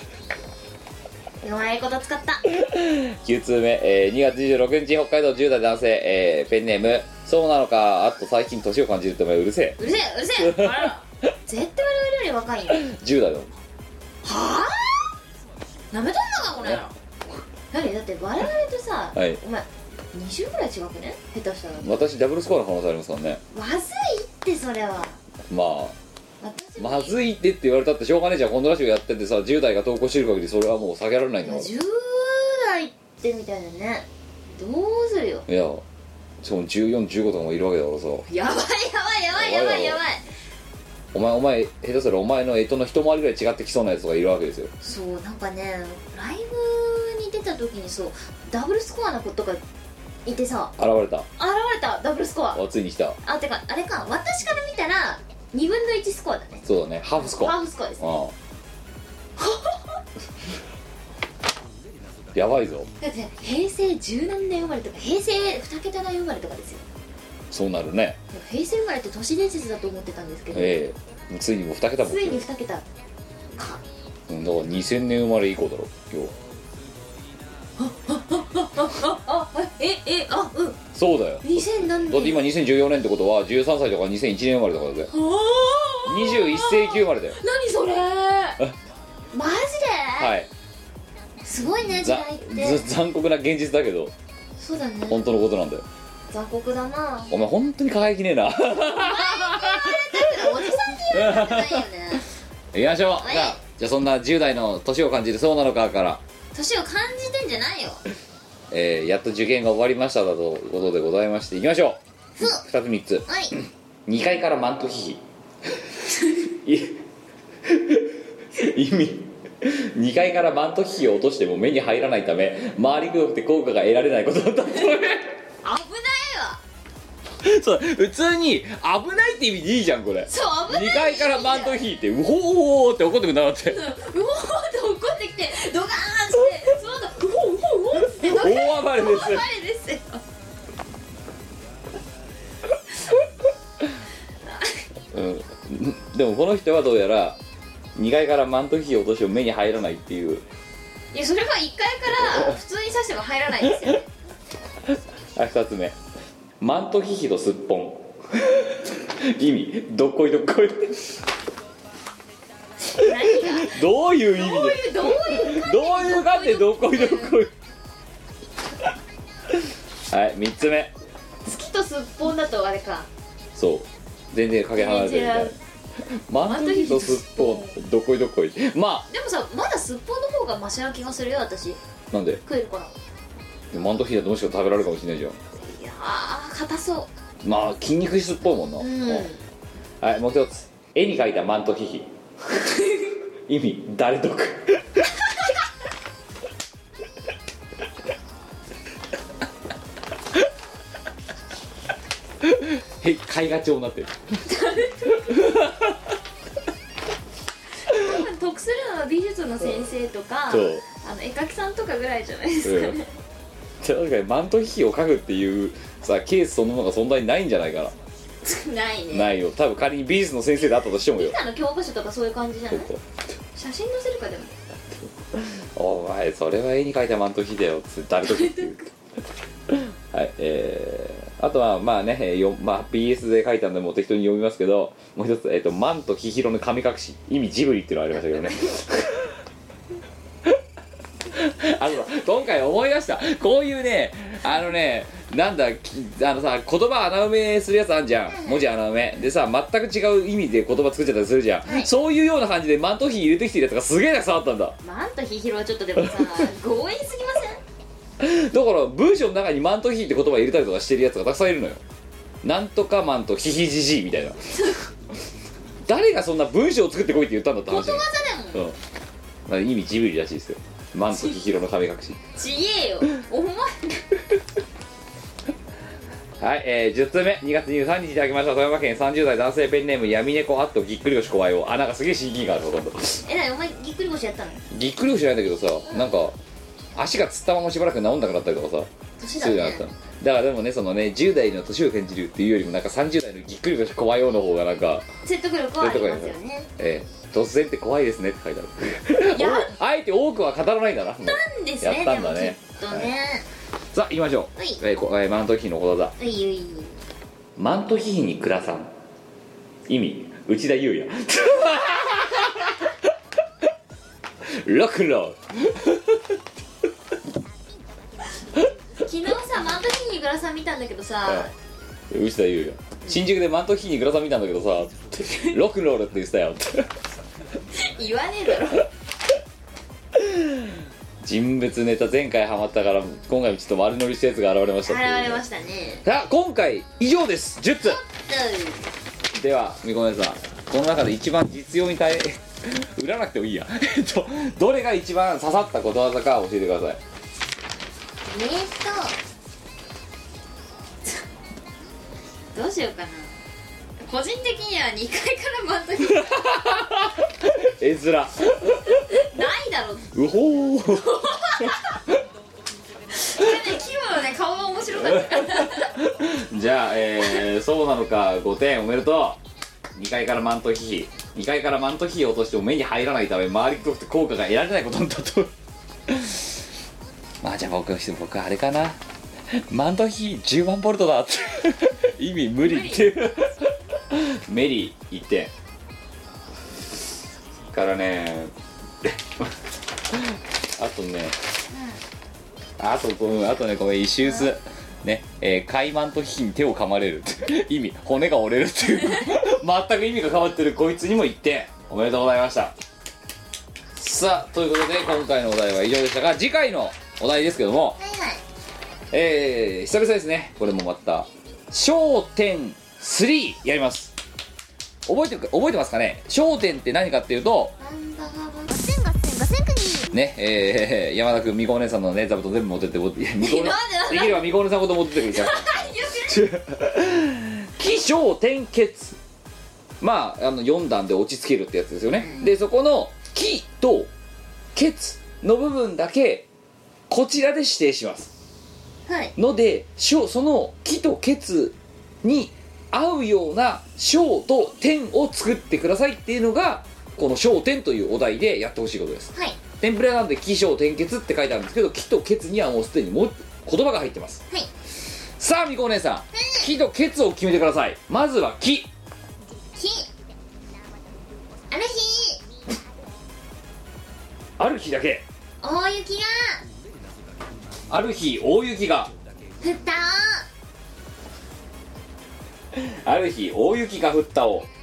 弱いこと使った。 きゅう通目、えー、にがつにじゅうろくにち北海道じゅう代男性、えー、ペンネームそうなのかあと最近年を感じるってお前うるせえ。 うるせえうるせえあら絶対我々より若いよ。 じゅう代だもん。 はぁなめとんのかこの野郎。何だって我々とさ、 はいお前にじゅうぐらい違くね下手したら。 私ダブルスコアの可能性ありますからね。 まずいってそれは。 まあ私まずいってって言われたってしょうがねえじゃん。このラジオやっててさじゅう代が投稿してる限りそれはもう避けられないんだから。 じゅう代ってみたいなね。どうするよ。 いやしかもじゅうよん、じゅうごとかもいるわけだからさ。 やばいやばいやばいやばいやばい。 お前お前下手すらお前の干支の一回りぐらい違ってきそうなやつがいるわけですよ。 そうなんかねライブに出た時にそうダブルスコアの子とかいてさ現れた。 現れたダブルスコア。 あついに来た。 あてかあれか私から見たらにぶんのいちスコアだね。 そうだねハーフスコア。 ハーフスコアですね。 ああやばいぞ。 だって平成十何年生まれとか平成に桁台生まれとかですよ。 そうなるね。 でも平成生まれって都市伝説だと思ってたんですけど、 ええついにもうに桁もついにに桁か。 うんだからにせんねん生まれ以降だろ今日。 ああええあうんそうだよ。 にせん何年だって今にせんじゅうよねんってことはじゅうさんさいとかにせんいちねん生まれとかだぜ。 あにじゅういっ世紀生まれだよ。 何それマジで、 はい。 すごいね時ざ代って。 ず残酷な現実だけどそうだね本当のことなんだよ。 残酷だな。 お前本当に輝きねえな。 おじさんって言われたくないよね。 行きましょう。 はいじゃあじゃあそんなじゅう代の年を感じるそうなのかから年を感じてんじゃないよ。 えー、やっと受験が終わりましただということでございましていきましょう。ふたつみっつ。 はいにかいからマントヒヒい意味にかいからマントヒヒを落としても目に入らないため回りくどくて効果が得られないことだった。 危ないわ。 そう普通に危ないって意味でいいじゃんこれ。 そう危ない。 にかいからマント引いてうほーって怒ってくんだなって。 うおーって怒ってきてドガーンしてその後うほうほうほうってドガーン大暴れです。 大暴れですよ。 うん、でもこの人はどうやらにかいからマントヒヒを落としても目に入らないっていう。 いやそれはいっかいから普通に刺しても入らないんですよ。 はいふたつめマントヒヒとすっぽん意味どっこいどっこい。 何がどういう意味どうでいうどういう感どういう感じでどっこいどっこい。はいみっつめ月とすっぽんだとあれか。 そう全然かけ離れてるみたいな。マントヒヒとすっぽんどっこいどっこい。までもさまだすっぽんの方がマシな気がするよ私。 あなんで食えるからマントヒヒだともしか食べられるかもしれないじゃん。 いやー硬そう。 まあ筋肉質っぽいもんな、 うん、 はい、もう一つ、絵に描いたマントヒヒ意味誰得へ絵画帳になってる多分得するのは美術の先生とか、 そう、 あの絵描きさんとかぐらいじゃないですかね、 うん、確かにマントヒヒを描くっていうさケースそのものがそんなにないんじゃないかな。 ないね。 ないよ、多分仮に美術の先生であったとしてもよ。 理科の教科書とかそういう感じじゃない。 そう写真載せるかでも。 お前それは絵に描いたマントヒヒだよって誰得っていうはい、えー、あとはまあね、えーよまあ、ピーエス で書いたんでもう適当に読みますけど、もう一つ、えーと、マントヒヒロの神隠し、意味ジブリっていうのがありましたけどねあの今回思い出した、こういうね、あのね、なんだあのさ、言葉穴埋めするやつあんじゃん、文字穴埋めでさ、全く違う意味で言葉作っちゃったりするじゃん、はい、そういうような感じでマントヒヒ入れてきてるやつがすげえたくさんあったんだ。 マントヒヒロはちょっとでもさ強引すぎません？ だから文章の中にマントヒヒって言葉入れたりとかしてるやつがたくさんいるのよ。なんとかマントヒヒジジイみたいな誰がそんな文章を作ってこいって言ったんだって話。 ことわざだもん、 うん、まあ、意味ジブリらしいですよ、マントヒヒロの神隠し。 ちげえよお前はい、えー、じゅっつうめ、にがつにじゅうさんにちいただきました。富山県さんじゅうだい男性ペンネーム闇猫あっとぎっくり腰怖いを。あ、なんかすげえ親近感あるほとんどえ、なにお前ぎっくり腰やったの？ ぎっくり腰じゃないんだけどさ、なんか足がつったまましばらく治んなくなったりとかさ、 年だね。 だからでもね、そのね、じゅう代の年を感じるっていうよりもなんかさんじゅう代のぎっくり腰怖いよの方がなんか説得力はありますよね。 えー、突然って怖いですねって書いてあるやあえて多くは語らないんだな。 なんですね、 やったんだね。 でもきっとね、はい、 さあ行きましょう。 はい、 えーこえー、マントヒヒのことだ。 ういういマントヒヒにくらさん、意味内田裕也ロックンロ昨日さ、マントヒヒにグラさん見たんだけどさ、 ール内田裕也、新宿でマントヒヒにくらさん見たんだけどさロックンロールって言ってたよ言わねえだろ人物ネタ前回ハマったから今回もちょっと悪乗りしたやつが現れましたっていう。 現れましたね。 さあ今回以上です。じゅっつではみこねさん、この中で一番実用に耐え売らなくてもいいやえっとどれが一番刺さったことわざか教えてください。 えーっとどうしようかな。個人的にはにかいからマントヒヒ絵面ないだろ。 うほーこれね、キムのね、顔が面白かったじゃあ、えー、そうなのかごてんおめでとう。にかいからマントヒヒ、にかいからマントヒヒを落としても目に入らないため周りとって効果が得られないことになったとまあじゃあ僕僕あれかな、マントヒヒじゅうまんボルトだって意味無理っていうメリーいってんからねあとね、うん、あとごめんあとねごめんイシューズね、えー、カイマントヒヒに手を噛まれるって意味骨が折れるっていう全く意味が変わってるこいつにもいってんおめでとうございました。さあということで今回のお題は以上でしたが、次回のお題ですけども、 はいはい、 えー、久々ですね。これもまた笑点スリーやります。覚えてる覚えてますかね。笑点って何かっていうとガセンガセンガセンクニね、えー、山田君みこお姉さんのね座布団全部持ってってみこお姉できればみこお姉さんごと持ってってくれちゃう起承転結、まああのよん段で落ち着けるってやつですよね、うん、でそこの起と結の部分だけこちらで指定します、 はい、 のでその起と結に合うような小と点を作ってくださいっていうのがこの小点というお題でやってほしいことです、 はい、 テンプレなんで起承転結って書いてあるんですけど、起と結にはもうすでにもう言葉が入ってます、 はい、 さあみこお姉さん、起と結を決めてください。まずは起。 起ある日ある日だけ大雪がある日大雪が降ったある日大雪が降ったを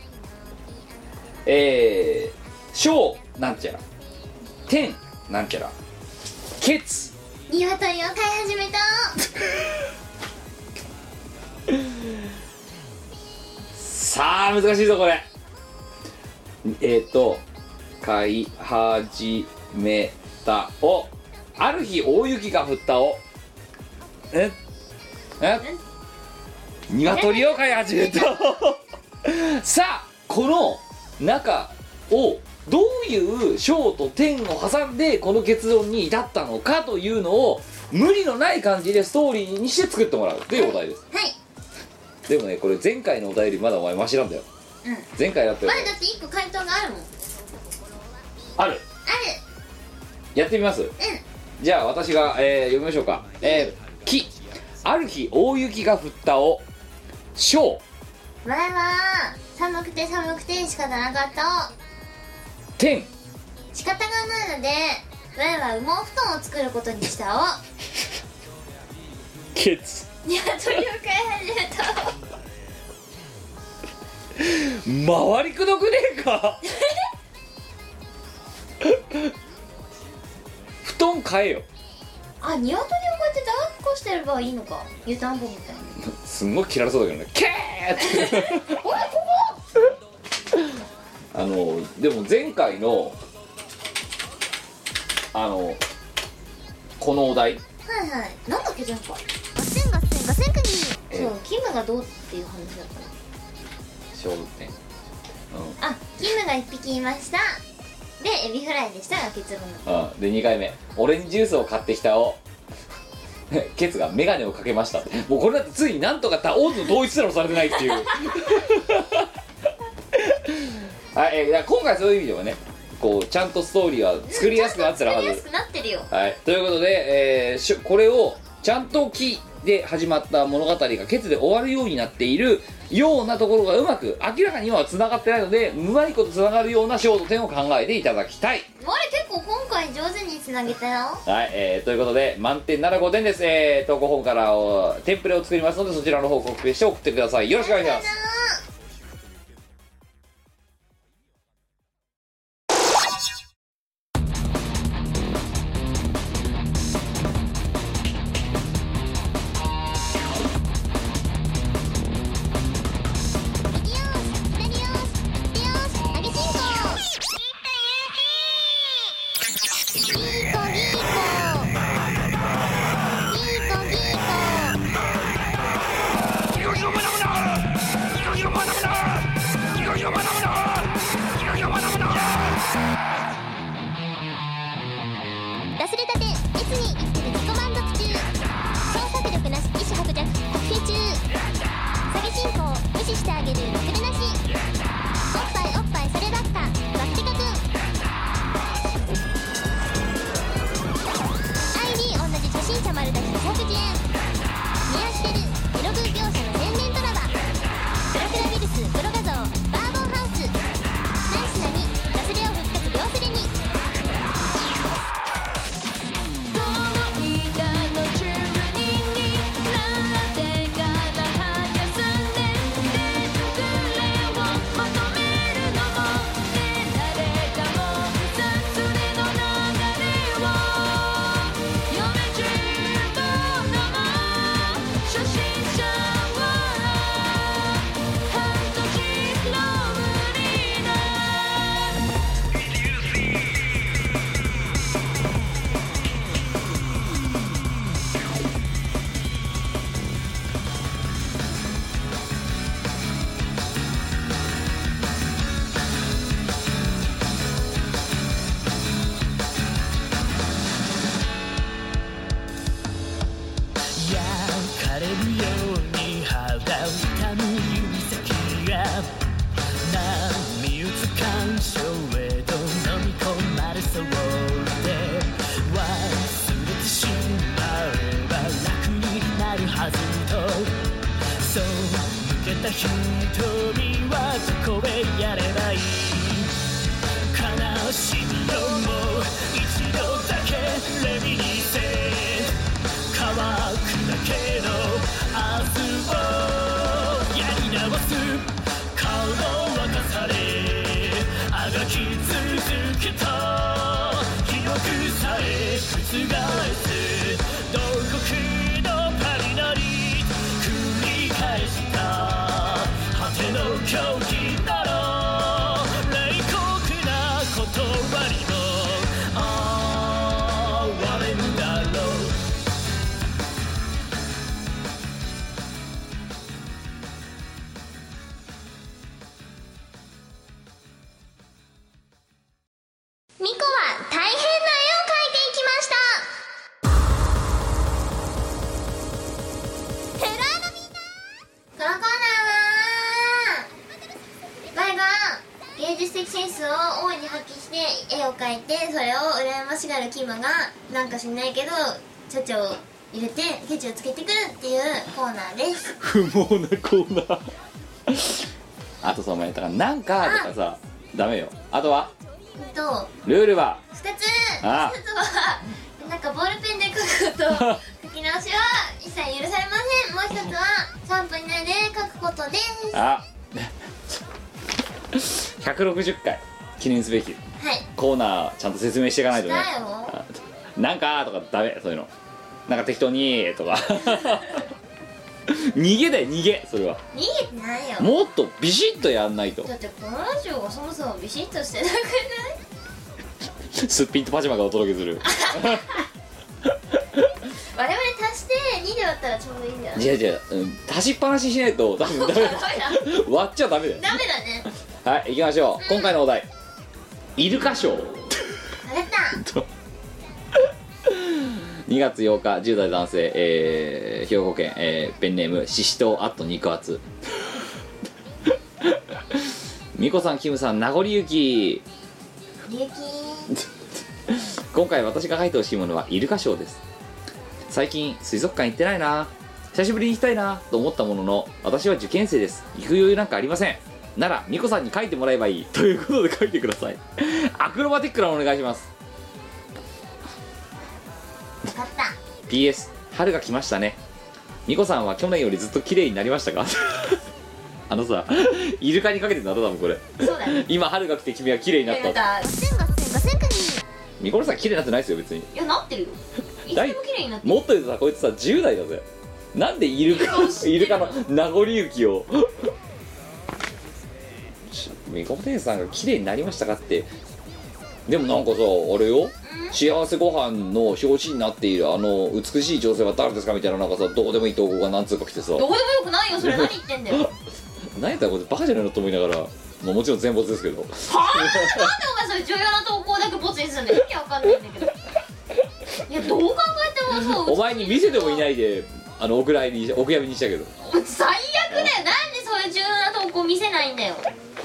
えー小なんちゃら点なんちゃらケツ鶏を飼い始めたあー難しいぞこれ。えっ、ー、と飼い始めたを、ある日大雪が降ったを、ええ鶏を飼い始めたさあこの中をどういう章と点を挟んでこの結論に至ったのかというのを無理のない感じでストーリーにして作ってもらうというお題です。 はい。 でもねこれ前回のお題よりまだお前マシなんだよ。 うん。 前回だってまだだっていっこ回答があるもん。 ある。 ある。 やってみます。うん。じゃあ私が、えー、読みましょうか。えー、きある日大雪が降ったを章前は寒くて寒くて仕方なかったを点仕方がないので前は羽毛布団を作ることにしたをケツ鶏を飼い始めた回りくどくねえか布団買えよ。 あ、鶏をこうやって抱っこしてればいいのか、湯たんぽみたいに。 すんごい嫌らそうだけどね、ケーっておいここあのでも前回のあのこのお題、 はいはい、なんだっけ前回ガセンガセンガセンクニえそう、キムがどうっていう話だったの。 勝負点、うん、 あ、キムがいっぴきいましたで、エビフライでしたが結論。 うん、でにかいめオレンジジュースを買ってきたをケツがメガネをかけましたって。もうこれだってついになんとか他王と統一すらもされてないっていうはい、えー、今回そういう意味ではねこうちゃんとストーリーは作りやすくなってるはず、 作りやすくなってるよ。 はい、ということで、えー、しこれをちゃんと木で始まった物語がケツで終わるようになっているようなところがうまく明らかに今はつながってないので、うまいことつながるような章と点を考えていただきたい。 あれ結構今回上手につなげたよ。 はい、えー、ということで満点ならごてんです。えー、投稿フォームからおテンプレを作りますのでそちらの方をコピペして送ってください。よろしくお願いします。 狂気ミコは大変な絵を描いていきました。ヘラーのみんな、 このコーナーはバイが芸術的センスを大いに発揮して絵を描いて、それを羨ましがるキムがなんか知んないけどチャチャを入れてケチをつけてくるっていうコーナーです。 不毛なコーナーあとさ、お前だからなんかとかさダメよ。あとはうんとルールはふたつ、 ああひとつはなんかボールペンで書くこと書き直しは一切許されません。もう一つはさんぷん以内で書くことです。 あひゃくろくじゅっかい記念すべきはい、 コーナーちゃんと説明していかないとね。 したよ。 あなんかとかダメ、そういうのなんか適当にとか逃げだよ逃げ。それは逃げてないよ。 もっとビシッとやんないと。 だってこのラジオがそもそもビシッとしてなくない？ すっぴんとパジャマがお届けする我々足してにで割ったらちょうどいいんだよね。 違う違う、うん、足しっぱなししないと多分ダメだダメだ割っちゃダメだよ。 ダメだね。 はい、行きましょう。今回のお題イルカショー分かったにがつようかじゅう代男性、えー、兵庫県、えー、ペンネームししとうアット肉厚みこさん、キムさん、名残雪。 りゆき今回私が書いてほしいものはイルカショーです。最近水族館行ってないな、久しぶりに行きたいなと思ったものの、私は受験生です。行く余裕なんかありません。ならみこさんに書いてもらえばいいということで書いてください。アクロバティックなのお願いします。 分かった。 ピーエス 春が来ましたね。みこさんは去年よりずっと綺麗になりましたかあのさ、イルカにかけてんだろ多分これ。 そうだね。 今春が来て君は綺麗になった。 なんかガセンガセンガセンクニー。 みころさん綺麗になってないですよ別に。 いやなってるよ。いつでも綺麗になってる。 もっと言うとさ、こいつさじゅう代だぜ。なんでイルカイルカの名残雪をみこてんさんが綺麗になりましたかって。でもなんかさあれよ、幸せご飯の表紙になっているあの美しい女性は誰ですかみたいな、なんかさどうでもいい投稿が何通か来てさ、 どうでもよくないよそれ。何言ってんだよ。は何やったらこれバカじゃないのと思いながら、まあ、もちろん全没ですけど。 あなんでお前それ重要な投稿だけボツにするんだよ。意味わかんないんだけど。いやどう考えてもそう。 お前に見せてもいないであのお蔵入りお悔やみにしたけど。 最悪だよ。なんでそういう重要な投稿見せないんだよ。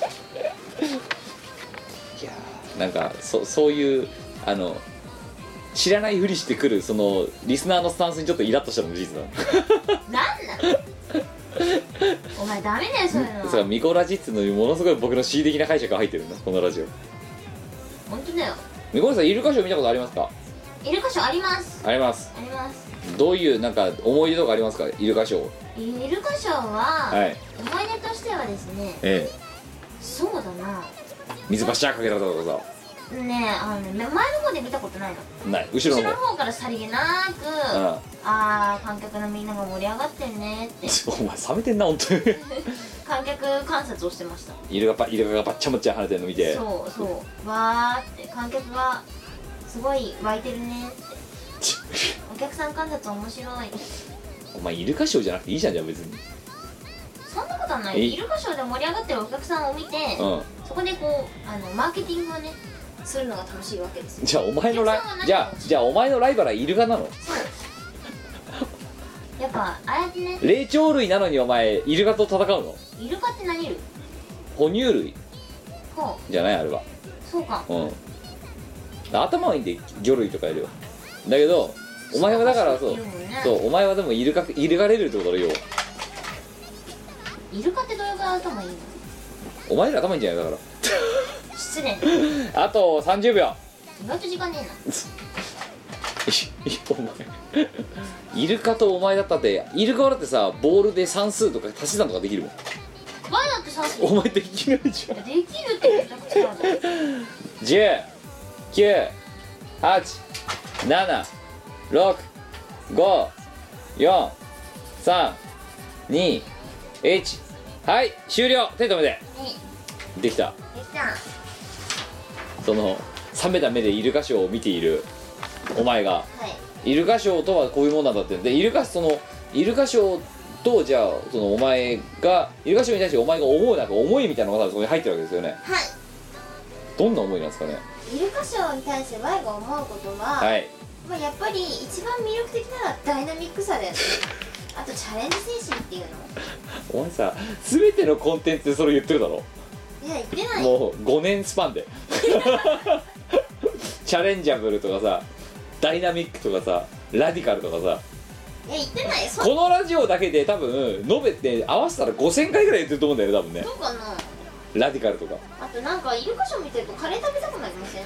いやーなんか そ, そういうあの知らないふりしてくるそのリスナーのスタンスにちょっとイラッとしたのも事実なの。 なんなのお前ダメだよそういうの。 それミコラジっつうのにものすごい僕の恣意的な解釈が入ってるんだこのラジオ。 本当だよ。 ミコラさんイルカショー見たことありますか？ イルカショーあります。 あります。 あります。 どういうなんか思い出とかありますかイルカショー？ イルカショーは、 はい、 思い出としてはですね、 ええ、 そうだな、 水バシャーかけられたとかさ。 ねえあのね前の方で見たことないの。 ない、後ろの方。 後ろの方からさりげなく、 ああー観客のみんなが盛り上がってんねってお前冷めてんな本当に観客観察をしてました。 イルカパイルカがバッチャバッチャ跳ねてるの見て、 そうそうわーって観客がすごい湧いてるねってお客さん観察面白い。 お前イルカショーじゃなくていいじゃんじゃあ別に。 そんなことはなえい。イルカショーで盛り上がってるお客さんを見て、 うん、 そこでこうあのマーケティングをねするのが楽しいわけですよ。 じゃあお前のライお客さんは何じゃあじゃあお前のライバルはイルカなの？ やっぱああやってね、 霊長類なのにお前イルカと戦うの？ イルカって何類？ 哺乳類ほじゃないあれは。 うそうか。 うん頭はいいんで魚類とかいるよ。だけどお前はだからそうそうかそういうもんねそうお前はでもイルカイルカレベルってことだろ要は。 イルカってどれぐらい頭いいの？ お前ら頭いいんじゃないだか失礼。 ら。あとさんじゅうびょう。 意外と時間ねえな。 お前イルカとお前だったってイルカはだってさボールで算数とか足し算とかできるもん。 前だってさお前できないじゃん。 できるってめちゃくちゃある。 じゅうきゅうはちななろくごよんさんにいちはい終了。手止めて。 ねできた。 できた。 その冷めた目でイルカショーを見ているお前がはいイルカショーとはこういうもんなんだってでイルカそのイルカショーとじゃあそのお前がイルカショーに対してお前が思うなんか思いみたいなのが多分そこに入ってるわけですよね。 はい。 どんな思いなんですかね。 イイルカショーに対してワイが思うことは、 はい、 まあ、やっぱり一番魅力的なのはダイナミックさだよね。あとチャレンジ精神っていうの。 お前さ全てのコンテンツでそれ言ってるだろ。 いや言ってない。 もうごねんスパンでチャレンジャブルとかさ、ダイナミックとかさ、ラディカルとかさ、 いや言ってない。そこのラジオだけで多分延べて合わせたらごせんかいぐらい言ってると思うんだよね多分ね。 どうかな。 ラディカルとか。 あとなんかイルカショー見てるとカレー食べたくなりません？ は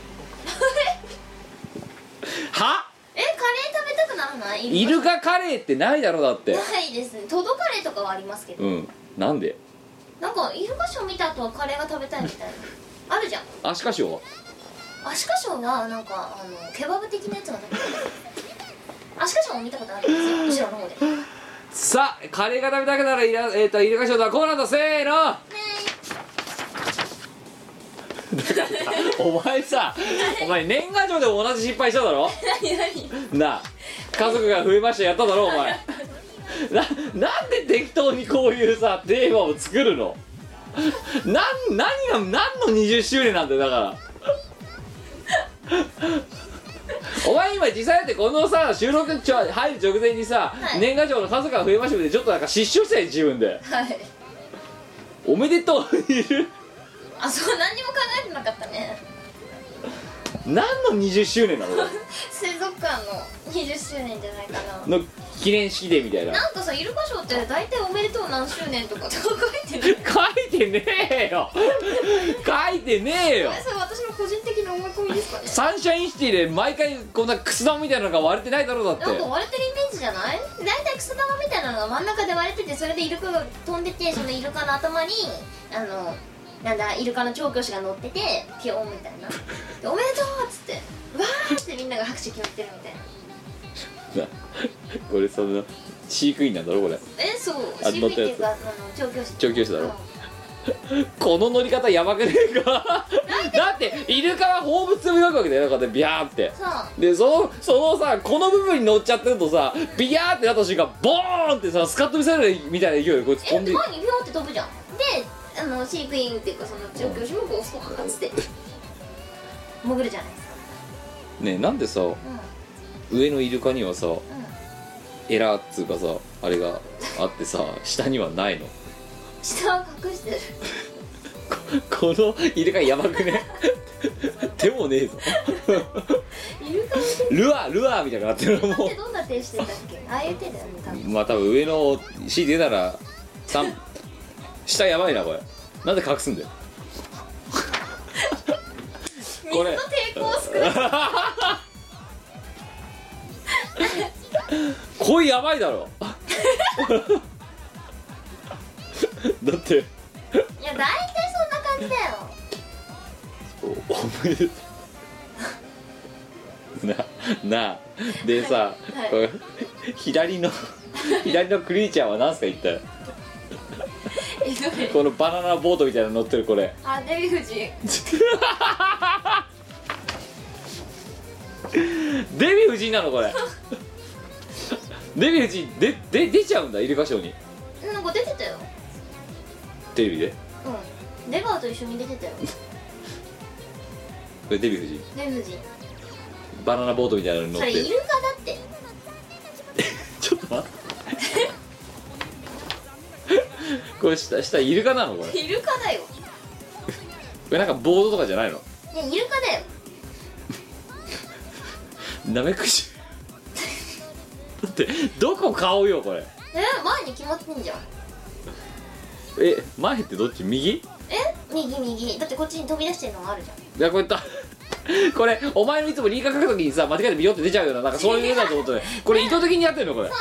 え、カレー食べたくならない？ イルカカレーってないだろだって。 ないですね。トドカレーとかはありますけど、 うん、なんでなんかイルカショー見た後はカレーが食べたいみたいなあるじゃん。 アシカショーはアシカショーはなんかあのケバブ的なやつが食べたい。アシカショーも見たことあるんですよ、後ろの方で。 さあカレーが食べたくならイラ、えー、とイルカショーだこうなんだせーの。だからさお前さお前年賀状でも同じ失敗しただろ何何なあ、家族が増えましたやっただろお前な, なんで適当にこういうさテーマを作るの。な何が何のにじゅっしゅうねんなんだよだからお前今実際だってこのさ収録ちょ入る直前にさ、はい、年賀状の家族が増えましたのでちょっとなんか失笑したよ自分で。 はいおめでとういる。 あ、そう、何にも考えてなかったね。 何のにじゅっしゅうねんなの水族館のにじゅっしゅうねんじゃないかなの記念式でみたいな。 なんかさ、イルカショーって大体おめでとう何周年とかって書いてる。 書いてねえよ書いてねえよ。 それ私の個人的な思い込みですかね。 サンシャインシティで毎回こんなくす玉みたいなのが割れてないだろうだって。 なんか割れてるイメージじゃない？大体くす玉みたいなのが真ん中で割れてて、それでイルカが飛んでて、そのイルカの頭にあのなんだイルカの調教師が乗っててピヨーンみたいなでおめでとうっつってわーってみんなが拍手決まってるみたいな。 これその飼育員なんだろこれ。 え、そう飼育員っていうかあの調教師調教師だろ、うん、この乗り方やばくねえかだってイルカは放物で泳ぐわけだよ。なんかでビャーってそうで、 そのそのさこの部分に乗っちゃってるとさビヤーってなった瞬間ボーンってさスカッとミサイルみたいな勢いでこいつ飛んでえ、前にビョーって飛ぶじゃん。であの飼育員っていうかその調教師もこうスコーンっつって潜るじゃないですか。 ねえなんでさ、うん、上のイルカにはさ、うん、エラーっつうかさあれがあってさ下にはないの。 下は隠してるこ, このイルカやばくね手もねえぞイルカの手ルアールアーみたいになってるのもう。どんな手してたっけ。ああいう手だよね多分。 まあ多分上の シー 出たらさん下やばいなこれ。なんで隠すんだよこれ水の抵抗少ないこれやばいだろだっていや大体そんな感じだよ。 おめでとうななあでさ、はい、これ左の左のクリーチャーは何すか一体このバナナボートみたいなの乗ってるこれ。 あ、デヴィ夫人デヴィ夫人なのこれデヴィ夫人でで出ちゃうんだイルカショーに。 なんか出てたよテレビで。 うん、レバーと一緒に出てたよこれデヴィ夫人デヴィ夫人バナナボートみたいなの乗って。 それイルカだってちょっと待ってこれ下下イルカなのこれ。 イルカだよ。 これなんかボードとかじゃないの。 いやイルカだよ。 なめくじだってどこ顔よこれ。 え、前に決まってんじゃん。 え、前ってどっち？右？ え、右右だってこっちに飛び出してるのがあるじゃん。 いやこれたこれお前のいつもリーカー書くときにさ間違えてビヨって出ちゃうようななんかそういうのだと思ってねこれ意図的にやってんのこれ。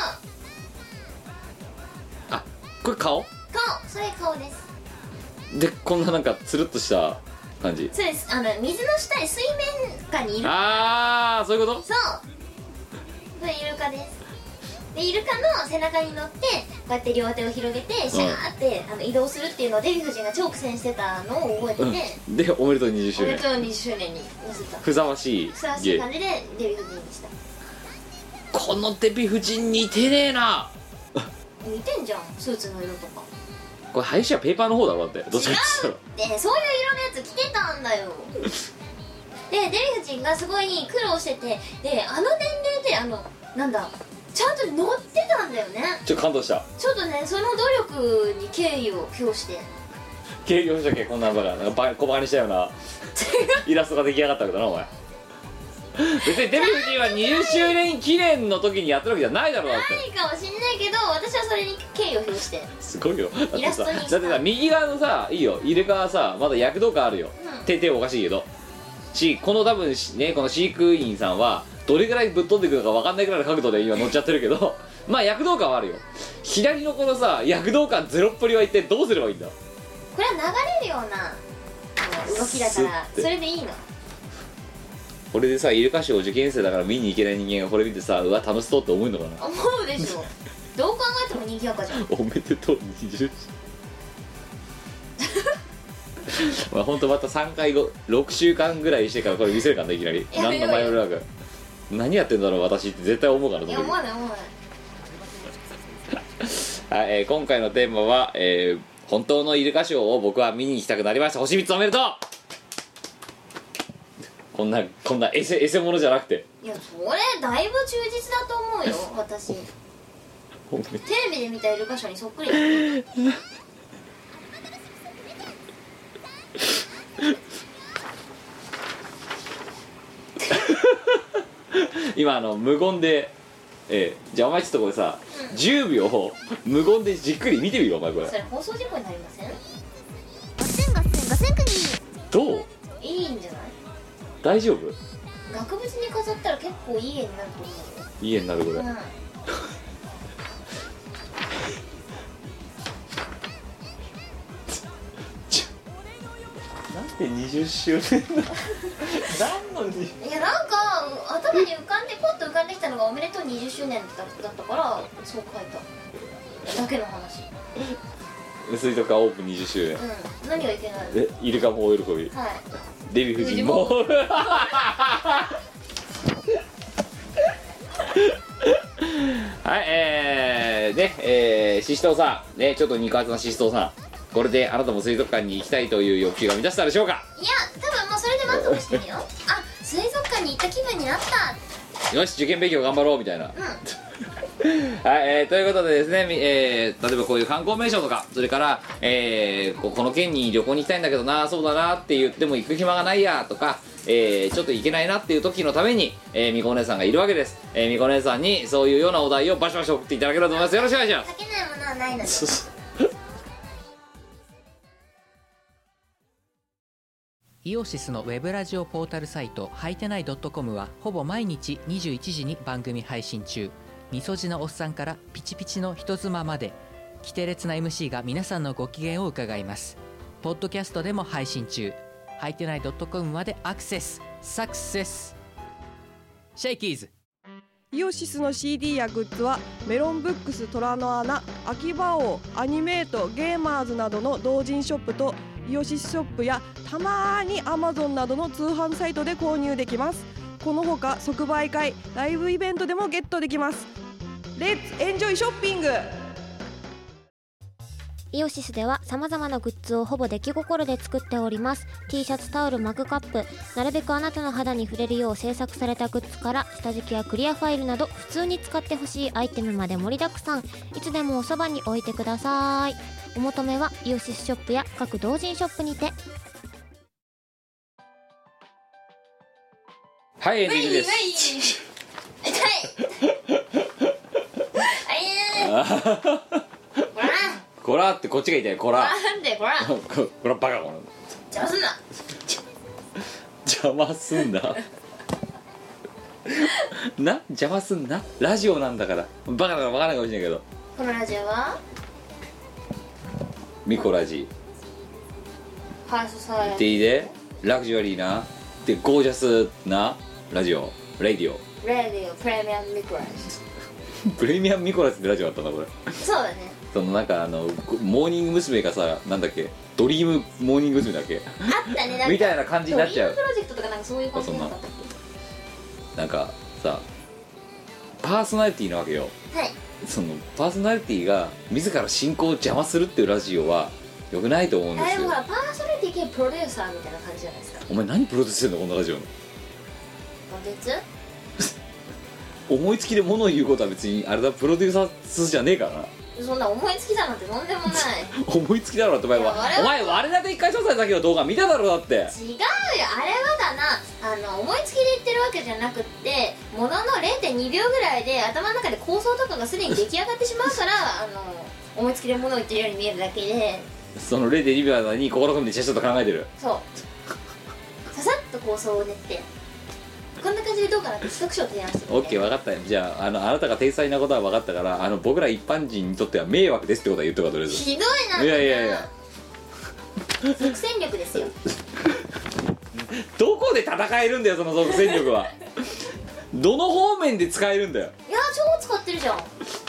あ、これ顔？ 顔、それ顔です。 でこんななんかつるっとした感じ。 そうです。あの水の下に水面下にいる。 ああそういうこと。 そうこれイルカです。でイルカの背中に乗ってこうやって両手を広げてシャーって、うん、あの移動するっていうのをデヴィ夫人が超苦戦してたのを覚えてて、 うん、でおめでとうにじゅっしゅうねんおめでとうにじゅっしゅうねんに乗せたふさわしいふさわしい感じでデヴィ夫人でした。 このデヴィ夫人似てねえな似てんじゃんスーツの色とか。 これ林はペーパーの方だろだってどっちかって言ったら違うってそういう色のやつ着てたんだよでデヴィ夫人がすごい苦労してて、であの年齢であのなんだちゃんと乗ってたんだよね。 ちょっと感動した。 ちょっとねその努力に敬意を表して軽業者系こんなバカなんかバ小バカにしたようなイラストが出来上がったわけだなお前。別にデヴィ夫人はにじゅっしゅうねん記念の時にやってるわけじゃないだろうだって。 ないかもしんないけど私はそれに敬意を表してすごいよ。だってさイラストにだってさ右側のさいいよイルカはさまだ躍動感あるよ、 うん、 手手おかしいけどしこの多分ねこの飼育員さんはどれぐらいぶっ飛んでくるか分かんないぐらいの角度で今乗っちゃってるけどまあ躍動感はあるよ。左のこのさ躍動感ゼロっぷりは一体どうすればいいんだ。 これは流れるようなあの動きだからそれでいいの。 これでさイルカショー受験生だから見に行けない人間がこれ見てさうわ楽しそうって思うのかな。 思うでしょどう考えても賑やかじゃん。 おめでとうにじゅうまあ本当またさんかいごろくしゅうかんぐらいしてからこれ見せるからねいきなり何の前もなく何やってんだろう私って絶対思うからいや思わない思わないはい、えー、今回のテーマは、えー、本当のイルカショーを僕は見に行きたくなりました。星みっつおめでとう。こんなこんなエセエセものじゃなくていやそれだいぶ忠実だと思うよ私。テレビで見たイルカショーにそっくりだ今あの無言で、えー、じゃあお前ちょっとこれさ、うん、じゅうびょう無言でじっくり見てみようお前これ。 それ放送事故になりません？ ガセンガセンガセンクニどう？ いいんじゃない？ 大丈夫？ 額縁に飾ったら結構いい絵になると思うよ。 いい絵になるこれ、うん、なんでにじゅっしゅうねん何のにいやなんか頭に浮かんでポッと浮かんできたのがおめでとうにじゅっしゅうねんだったからそう書いただけの話。 水族館オープンにじゅっしゅうねん、 うん、何がいけないの？ えイルカも大喜び、 はい、 デヴィ夫人もはいえー、で、えー、シシトウさんねちょっと肉厚なシシトウさんこれであなたも水族館に行きたいという欲求が満たしたでしょうか。 いや多分もうそれで満足してるよあ水族館に行った気分になった。 よし受験勉強頑張ろうみたいな、 うんはい、えー、ということでですね、えー、例えばこういう観光名所とかそれから、えー、こ, この県に旅行に行きたいんだけどなそうだなって言っても行く暇がないやとか、えー、ちょっと行けないなっていう時のために、えー、みこお姉さんがいるわけです、えー、みこお姉さんにそういうようなお題をバシバシ送っていただければと思います。よろしくお願いします。 書けないものはないのでイオシスのウェブラジオポータルサイトはいてない .com はほぼ毎日にじゅういちじに番組配信中。みそじのおっさんからピチピチの人妻まで規定列な エムシー が皆さんのご機嫌を伺います。ポッドキャストでも配信中。はいてない .com までアクセスサクセスシェイキーズ。 イオシスの シーディー やグッズはメロンブックス虎の穴、秋葉王、アニメート、ゲーマーズなどの同人ショップとイオシスショップやたまーに Amazon などの通販サイトで購入できます。このほか即売会、ライブイベントでもゲットできます。レッツエンジョイショッピング。 イオシスでは様々なグッズをほぼ出来心で作っております。 T シャツ、タオル、マグカップ、なるべくあなたの肌に触れるよう制作されたグッズから下敷きやクリアファイルなど普通に使ってほしいアイテムまで盛りだくさん。いつでもおそばに置いてください。お求めはイオシスショップや各同人ショップにて。 はいエンディングです。こらってこっちが言いたい。こらなんでこらここらバカこの邪魔すんな邪魔すんなな邪魔すんなラジオなんだからバカだから分からないかもしれないけどこのラジオはミコラジハイソサイでいいでラグジュアリーなでゴージャスなラジオレディオレディオプレミアムミコラジプレミアムミコラジってラジオあったんだこれ。 そうだね。 そのなんかあのモーニング娘。がさなんだっけドリームモーニング娘。だっけあったねなんかみたいな感じになっちゃう。 ドリームプロジェクトとかなんかそういう感じなかったっけ。 なんかさパーソナリティなわけよ。 はい。 そのパーソナリティが自ら進行を邪魔するっていうラジオは良くないと思うんですよ。 あれもほらパーソナリティ系プロデューサーみたいな感じじゃないですか。 お前何プロデュースしてんのこのラジオの。 別思いつきで物を言うことは別にあれだ、プロデューサーじゃねえからな。 そんな思いつきだなんてとんでもない思いつきだろってお前は。お前我々で一回調査した時の動画見ただろだって。 違うよ、あれはだな、あの思いつきで言ってるわけじゃなくって、ものの れいてんにびょうぐらいで頭の中で構想とかがすでに出来上がってしまうからあの思いつきで物を言ってるように見えるだけで、 その れいてんにびょうに心込めてちゃちゃっと考えてる。 そうささっと構想を練ってこんな感じでどうかなって企画書を提案してる。 オッケー分かったよ。じゃあ、あのあなたが天才なことは分かったから、あの僕ら一般人にとっては迷惑ですってことは言っとくかとりあえず。 ひどいな。 いやいやいや即戦力ですよどこで戦えるんだよその即戦力はどの方面で使えるんだよ。 いや超使ってるじゃん。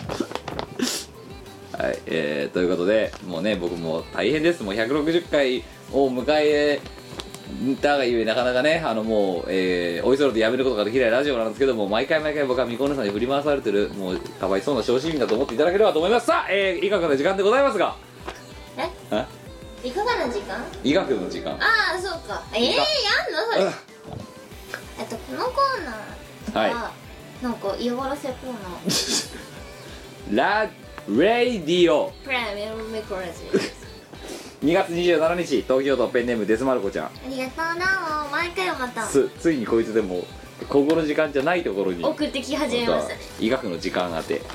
はい、えー、ということでもうね僕も大変です。もうひゃくろくじゅっかいを迎えたがゆえなかなかねあのもう、えー、おいそろでやめることができないラジオなんですけども、毎回毎回僕はみこねさんに振り回されてるもうかわいそうな小市民だと思っていただければと思います。さあ、えー、医学の時間でございますが、 ええいかがな時間？ 医学の時間。 ああそうか。えー、やんのそれ。えっとこのコーナーは、はい、なんか嫌がらせコーナーラレイディオプライメロメコラジにがつにじゅうしちにち東京都ペンネームデスマルコちゃん。 ありがとうな。毎回はまたつついにこいつでもここの時間じゃないところに送ってき始めました。 医学の時間当て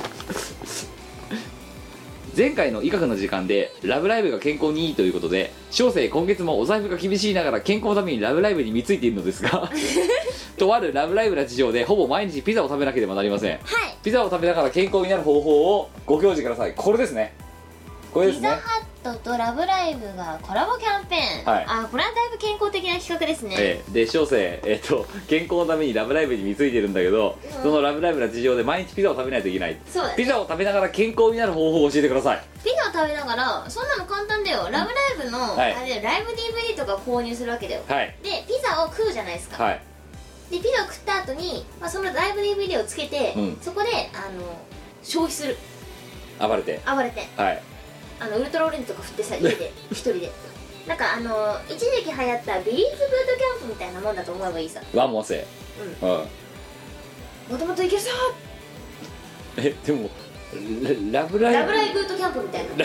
前回の医学の時間でラブライブが健康にいいということで、小生今月もお財布が厳しいながら健康のためにラブライブに貢いでいるのですがとあるラブライブな事情でほぼ毎日ピザを食べなければなりません。 はい。 ピザを食べながら健康になる方法をご教示ください。これですね。これですね。 ピザハットとラブライブがコラボキャンペーン、 はい、 あこれはだいぶ健康的な企画ですね。 ええ、で小生、えー、と健康のためにラブライブに貢いでるんだけど、うん、そのラブライブな事情で毎日ピザを食べないといけない。 そうだね。 ピザを食べながら健康になる方法を教えてください。 ピザを食べながらそんなの簡単だよ。ラブライブの、はい、あれライブ ディーブイディー とか購入するわけだよ、 はい、 でピザを食うじゃないですか、はい、でピザを食った後に、まあ、そのライブ ディーブイディー をつけて、うん、そこであの消費する。 暴れて暴れて、はい、あのウルトラオレンジとか振ってさ家で一人でなんかあの一時期流行ったビリーズブートキャンプみたいなもんだと思えばいいさ。 ワンモセうん、うん、もともといけるさー。えでもラブライブラブライブートキャンプみたいな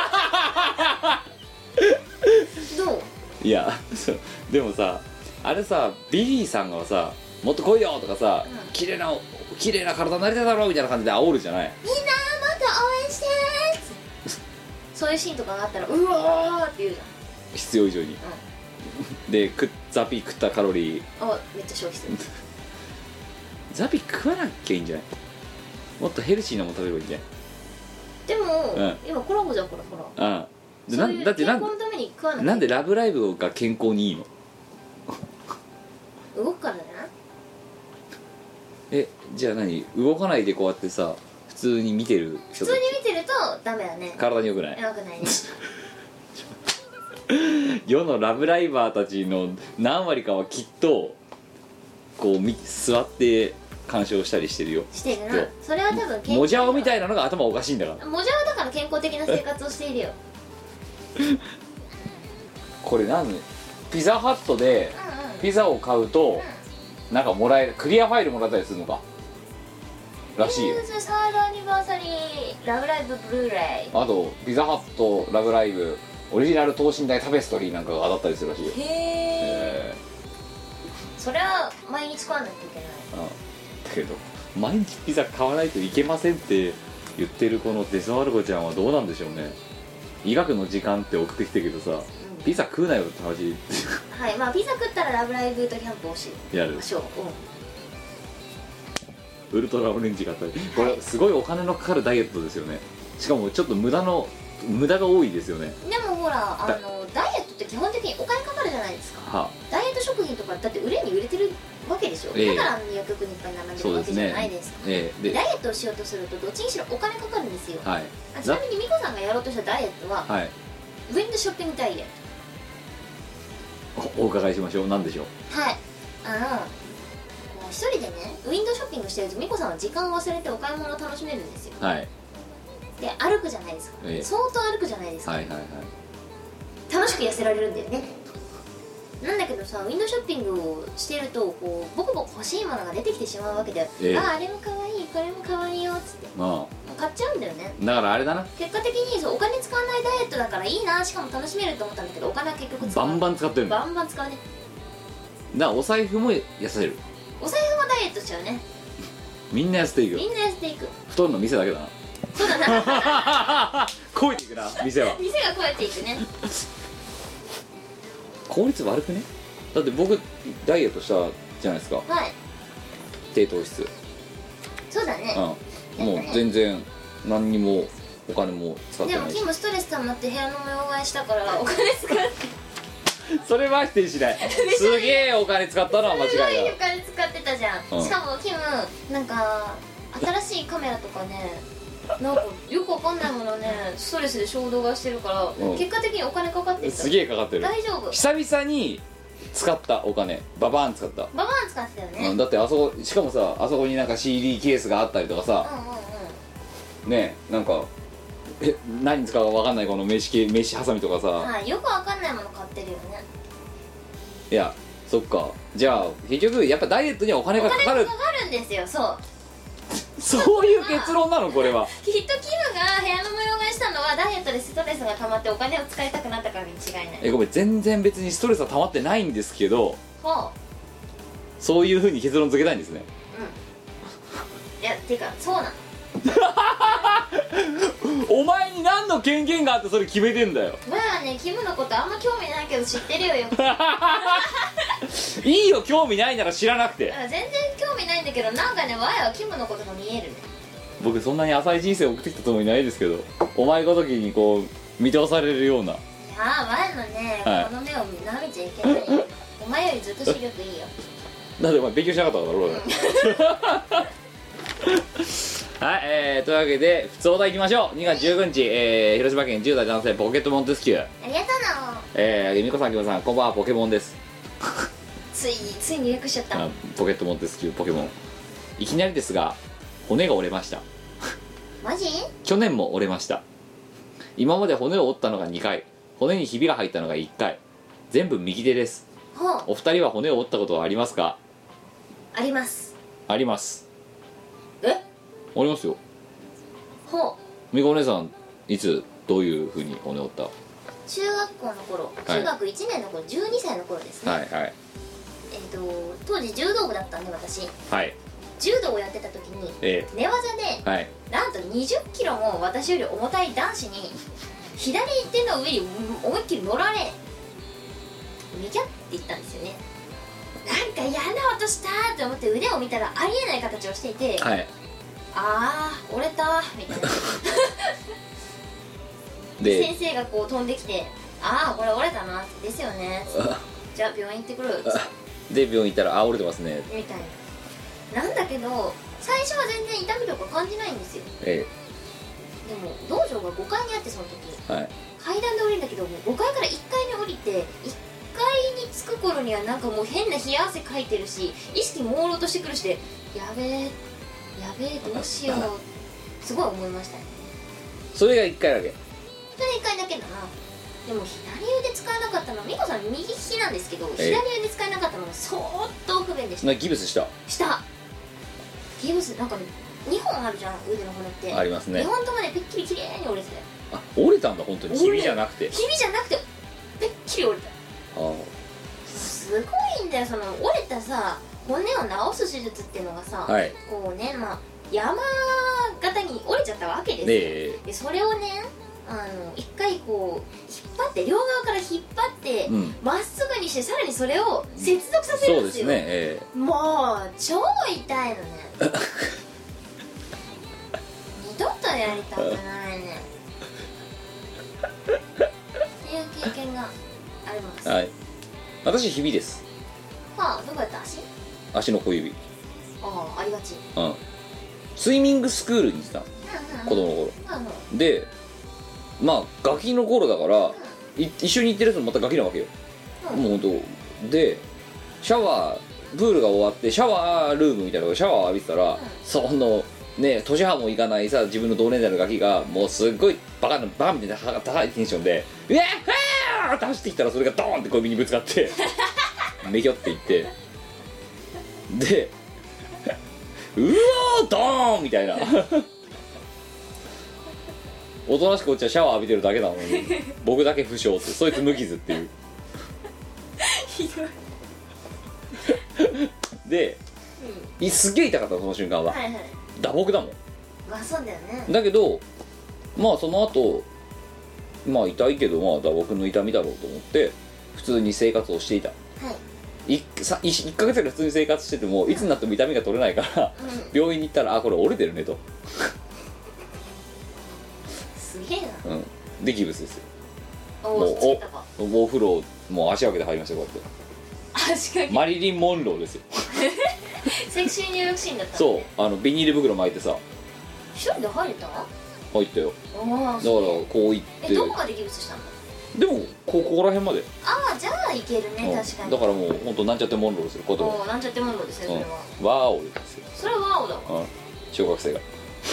どう？ いやでもさあれさビリーさんがさもっと来いよとかさ、うん、綺麗な綺麗な体になりたいだろうみたいな感じで煽るじゃない。 みんなもっと応援してーそういうシーンとかがあったらうわーって言うじゃん。 必要以上に、うん、でザピ食ったカロリーあめっちゃ消費するザピ食わなきゃいいんじゃない？もっとヘルシーなもの食べればいいんじゃない？でも、うん、今コラボじゃんこれほら。 ああでなだってなん健康のために食わなきゃなんでラブライブが健康にいいの？ 動くからだな。 えじゃあ何動かないでこうやってさ普通に見てる人普通に見てるとダメだね。 体に良くない？ 良くないね世のラブライバーたちの何割かはきっとこう座って鑑賞したりしてるよ。 してるな。それは多分モジャオみたいなのが頭おかしいんだから。 モジャオだから健康的な生活をしているよこれ何ピザハットでピザを買うと、うん、なんかもらえるクリアファイルもらったりするのからしいよ。 サードアニバーサリーラブライブブルーレイ、 あとピザハットラブライブオリジナル等身大タペストリーなんかが当たったりするらしいよ。 へえ。それは毎日買わないといけない。 ああだけど毎日ピザ買わないといけませんって言ってるこのデスマルコちゃんはどうなんでしょうね。医学の時間って送ってきたけどさ、うん、ピザ食うなよって話はい、まあピザ食ったらラブライブートキャンプをしやるましょう、 うん、ウルトラオレンジがあったり、これすごいお金のかかるダイエットですよね。しかもちょっと無駄の無駄が多いですよね。 でもほらあのダイエットって基本的にお金かかるじゃないですか、はあ、ダイエット食品とかだって売れに売れてるわけでしょ、えー、だから薬局にいっぱい並んでるわけじゃないですか。 えー、でダイエットをしようとするとどっちにしろお金かかるんですよ、はい、ちなみに美子さんがやろうとしたダイエットは、はい、ウィンドショッピングダイエット。 お, お伺いしましょう。何でしょう。 はい、あの一人でねウィンドショッピングしてると美子さんは時間を忘れてお買い物を楽しめるんですよ。はいで歩くじゃないですか、ええ、相当歩くじゃないですか、はいはいはい、楽しく痩せられるんだよね。 なんだけどさ、ウィンドウショッピングをしてるとこうボコボコ欲しいものが出てきてしまうわけで、 ええ、 あああれも可愛いこれも可愛いよっつってあ買っちゃうんだよね。 だからあれだな、 結果的にそうお金使わないダイエットだからいいな、しかも楽しめると思ったんだけどお金は結局使わない。 バンバン使ってるんだ。 バンバン使うね。 だからお財布も痩せる。 お財布もダイエットしちゃうね。 みんな痩せていく。 みんな痩せていく。 太るの店だけだな。 そうだなこいていくな店は。 店がこうやっていくね。 効率悪くね。だって僕ダイエットしたじゃないですか、 はい、 低糖質。 そうだね、 うん、もう全然何にもお金も使ってでないし。 もキムストレス溜まって部屋の模様替えしたからお金使ってそれは否定しないすげえお金使ったのは間違いすごいない。 お金使ってたじゃん、 うんしかもキムなんか新しいカメラとかねなんかよくわかんないものねストレスで衝動買いしてるから、 うん、 結果的にお金かかってる。 すげえかかってる。 大丈夫。 久々に使ったお金ババーン使った。 ババーン使ってたよね、 うん、だってあそこしかもさあそこになんか シーディー ケースがあったりとかさ、 うんうんうん、 ねえなんかえ何に使うか分かんないこの飯系飯ハサミとかさ、 はい、よくわかんないもの買ってるよね。 いやそっか。じゃあ結局やっぱダイエットにはお金がかかる。 お金がかかるんですよ。そうそういう結論なのこれは。 きっとキムが部屋の模様替えしたのはダイエットでストレスが溜まってお金を使いたくなったからに違いない。 えごめん全然別にストレスは溜まってないんですけど、 ほそういう風に結論付けたいんですね。 う、うん、いやてかそうなのお前に何の権限があってそれ決めてんだよ。 まあね、キムのことあんま興味ないけど知ってるよよいいよ興味ないなら知らなくて。 全然興味ないんだけどなんかねワイはキムのことが見えるね。 僕そんなに浅い人生を送ってきたつもりないですけど、お前ごときにこう見通されるような。 いやーワイのね、 はいこの目を舐めちゃいけないよお前よりずっと視力いいよだってお前勉強しなかったからだろうねはい、えー、というわけで普通お題いきましょう。にがつじゅうくにち、えー、広島県じゅう代男性ポケットモンテスキュー。 ありがとうな。 えー、みこさんきむさんこんばんは。ポケモンです。 ついついに略しちゃったあポケットモンテスキューポケモン。いきなりですが骨が折れました。 マジ？ 去年も折れました。今まで骨を折ったのがにかい、骨にひびが入ったのがいっかい、全部右手です。 ほう、 お二人は骨を折ったことはありますか？ あります。 あります。 え？ ありますよ。 ほう、 みこお姉さんいつどういうふうに骨折った？ 中学校の頃、中学いちねんの頃、じゅうにさいの頃ですね。 はいはいえっ、と当時柔道部だったんで私はい柔道をやってた時にえ寝技でえはいなんとにじゅっキロも私より重たい男子に左手の上に思いっきり乗られみきゃって言ったんですよね。なんか嫌な音したーと思って腕を見たらありえない形をしていて、 はいあー折れたーみたいなで先生がこう飛んできて、あーこれ折れたなですよねじゃあ病院行ってくるで病院行ったらあ折れてますねみたいな。なんだけど最初は全然痛みとか感じないんですよ。 えでも道場がごかいにあってその時えはい階段で降りるんだけどもうごかいからいっかいに降りていっかいに着く頃にはなんかもう変な冷や汗かいてるし意識朦朧としてくるしでやべえやべえどうしようすごい思いましたね。 それがいっかいだけ。 それいっかいだけだな。でも左腕使えなかったのは美子さん右利きなんですけど、 ええ左腕使えなかったのは相当不便でした。 なギブスしたしたギブスなんかねにほんあるじゃん腕の骨ってありますね。 にほんともねぺっきりきれいに折れてたよ。 あ折れたんだ本当に。ひびじゃなくて。 ひびじゃなくてぺっきり折れた。 あすごいんだよその折れたさ骨を治す手術っていうのがさ、 はいこうねまあ山形に折れちゃったわけですよ、 ねえでそれをねあの一回こう引っ張って両側から引っ張ってうんま、っすぐにしてさらにそれを接続させるんですよ。 そうですねえもう超痛いのね二度とやりたくないねっていう経験があります。 えはい私ひびです。 はあどこやった足？ 足の小指。 ああありがち。 うんスイミングスクールに行ってたの子供の頃うんうんでまあガキの頃だからい一緒に行ってる人もまたガキなわけよ、 うんもうほんとでシャワープールが終わってシャワールームみたいなとこでシャワーを浴びてたら、 んそのね年半もいかないさ自分の同年代のガキがもうすっごいバカなバカみたいな高いテンションで「うわっはー!」って走ってきたらそれがドーンって小指にぶつかってめきょっていってでうわードーンみたいなおとなしくこっちはシャワー浴びてるだけなのに僕だけ負傷ってそいつ無傷っていうひどいで、うん、すっげえ痛かったのその瞬間は、はいはい、打撲だもん。 まあそうだよね。 だけどまあその後まあ痛いけどまあ打撲の痛みだろうと思って普通に生活をしていた、はい、い 1, いっかげつぐらい普通に生活しててもいつになっても痛みが取れないから、うん、病院に行ったらあこれ折れてるねとすげえな、 うん、でギブスですよ。 おおついたか。 おお風呂もう足開けて入りましたこうやって足掛けマリリン・モンローですよセクシー入浴シーンだった、ね、 そうあのビニール袋巻いてさ一人で入れた？ 入ったよ。だからこう行ってえどこまでギブスしたの？ でもこここら辺まで。 ああじゃあいけるね、うん、確かに。 だからもう本当なんちゃってモンローですよ。ことおなんちゃってモンローですね、それは、 うん、ワーオですよ。 それはワーオだわ、 うん、小学生が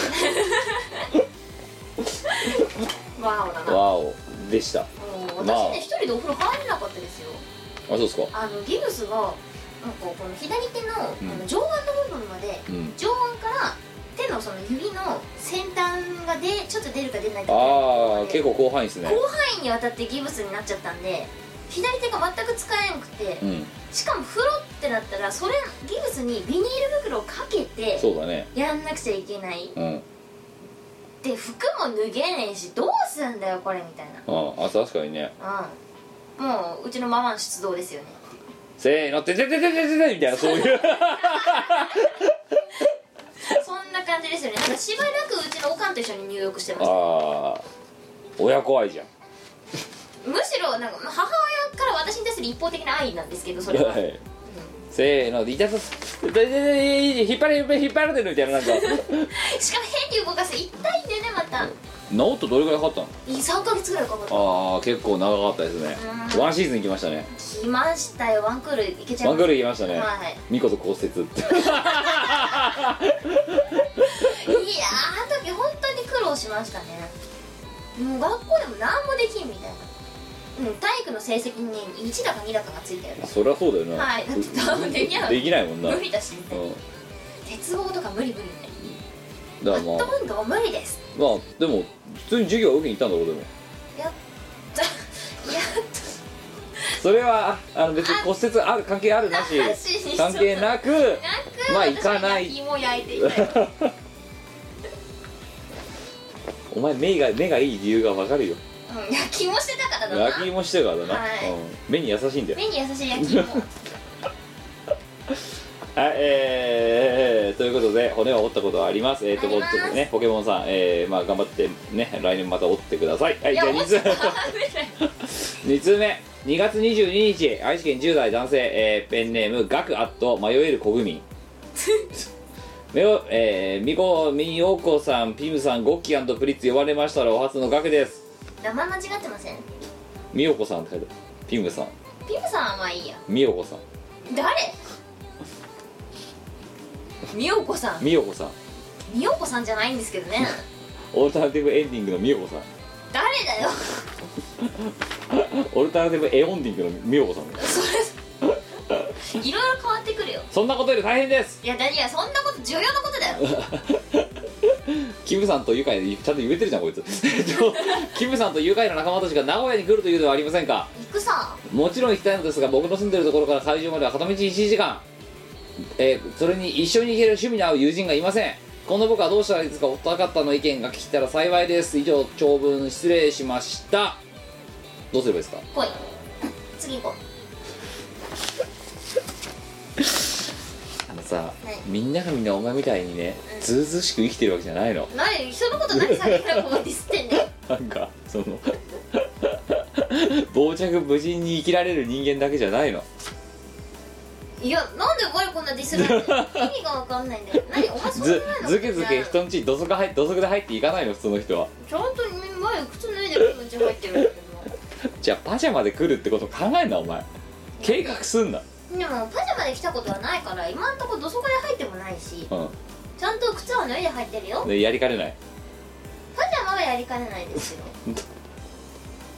ワーオだな。 ワーオでした。 私ね一、まあ、人でお風呂入れなかったですよ。 あそうですか。 あのギブスがなんかこの左手の、うん、あの上腕の部分まで、うん、上腕から手のその指の先端がでちょっと出るか出ないか。 ああ結構広範囲ですね。 広範囲にわたってギブスになっちゃったんで左手が全く使えなくて、うん、しかも風呂ってなったらそれギブスにビニール袋をかけてそうだねやんなくちゃいけない、うん、で服も脱げねえしどうすんだよこれみたいな。 ああ確かにね。 うん、もううちのママの出動ですよね。 せーのてててててててみたいなそういうそんな感じですよね。しばらくうちのおかんと一緒に入浴してました。 ああ親子愛じゃんむしろなんか母親から私に対する一方的な愛なんですけどそれは、はいうん、 せーので痛さ引っ張れ引っ張れ引っ張れてるみたいななんかしかも変に動かす痛いんでねまた。 治ってどれくらいかかったの？ さんかげつぐらいかかった。 ああ結構長かったですね。ワンシーズン行きましたね。 来ましたよ。ワンクール行けちゃいました。 ワンクール行きましたね。 はい見事骨折っていやーあの時本当に苦労しましたね。もう学校でも何もできんみたいな。うん、体育の成績にいちだかにだかがついてる。 そりゃそうだよな。 はいだって多分できないできないもんな。 無理だしみたいな、うん、鉄棒とか無理無理みたいな。 だからまあバッド運動は無理です。 まあでも普通に授業は受けに行ったんだろう。でもやったやったそれはあの別に骨折ある関係あるなし関係なくまあ行かない。 焼き芋焼いていたよお前目が目がいい理由が分かるよ。 うん、焼き芋してたからだな。 焼き芋してたからだな、はいうん、目に優しいんだよ。 目に優しい焼き芋はい、えー、ということで骨は折ったことはあります。えーとこっちねポケモンさん、えー、まあ頑張ってね来年また折ってください。はい、じゃあにつにつ目にがつにじゅうににち愛知県じゅう代男性、えー、ペンネームガクアット迷える小組めよ、えー、みこみよこさんピムさんゴッキー&プリッツ呼ばれましたらお初のガクです。 名前間違ってません？ みよこさんって書いてある。ピムさんピムさんはいいや。 みよこさん誰？みよこさんみよこさんみよこさんじゃないんですけどねオルタナティブエンディングのみよこさん誰だよオルタナティブエオンディングのみよこさんそれいろいろ変わってくるよ。 そんなことより大変です。 いやいやそんなこと重要なことだよキムさんと愉快でちゃんと言えてるじゃんこいつキムさんと愉快な仲間たちが名古屋に来るというのはありませんか？ 行くさ。 もちろん行きたいのですが僕の住んでるところから会場までは片道いちじかん、えー、それに一緒に行ける趣味の合う友人がいません。この僕はどうしたらいいですか？お二方の意見が聞けたら幸いです。以上長文失礼しました。どうすればいいですか？ 来い次行こうあのさ、みんながみんなお前みたいにね、うん、ずうずうしく生きてるわけじゃないの。 何そのこと何さっきからここディスってんねんなんかその傍着無人に生きられる人間だけじゃないの。 いやなんでお前こんなディスられてる意味が分かんないんだよ。何お前そんなのずずけずけ人んち土足入土足で入っていかないの普通の人は。 ちゃんと前靴脱いでる人んち入ってるんだけどじゃあパジャマで来るってこと考えんなお前。計画すんな。 でもパジャマで来たことはないから今んとこ土足で入ってもないし、うん、ちゃんと靴は脱いで入ってるよ。 でやりかねない。 パジャマはやりかねないですよ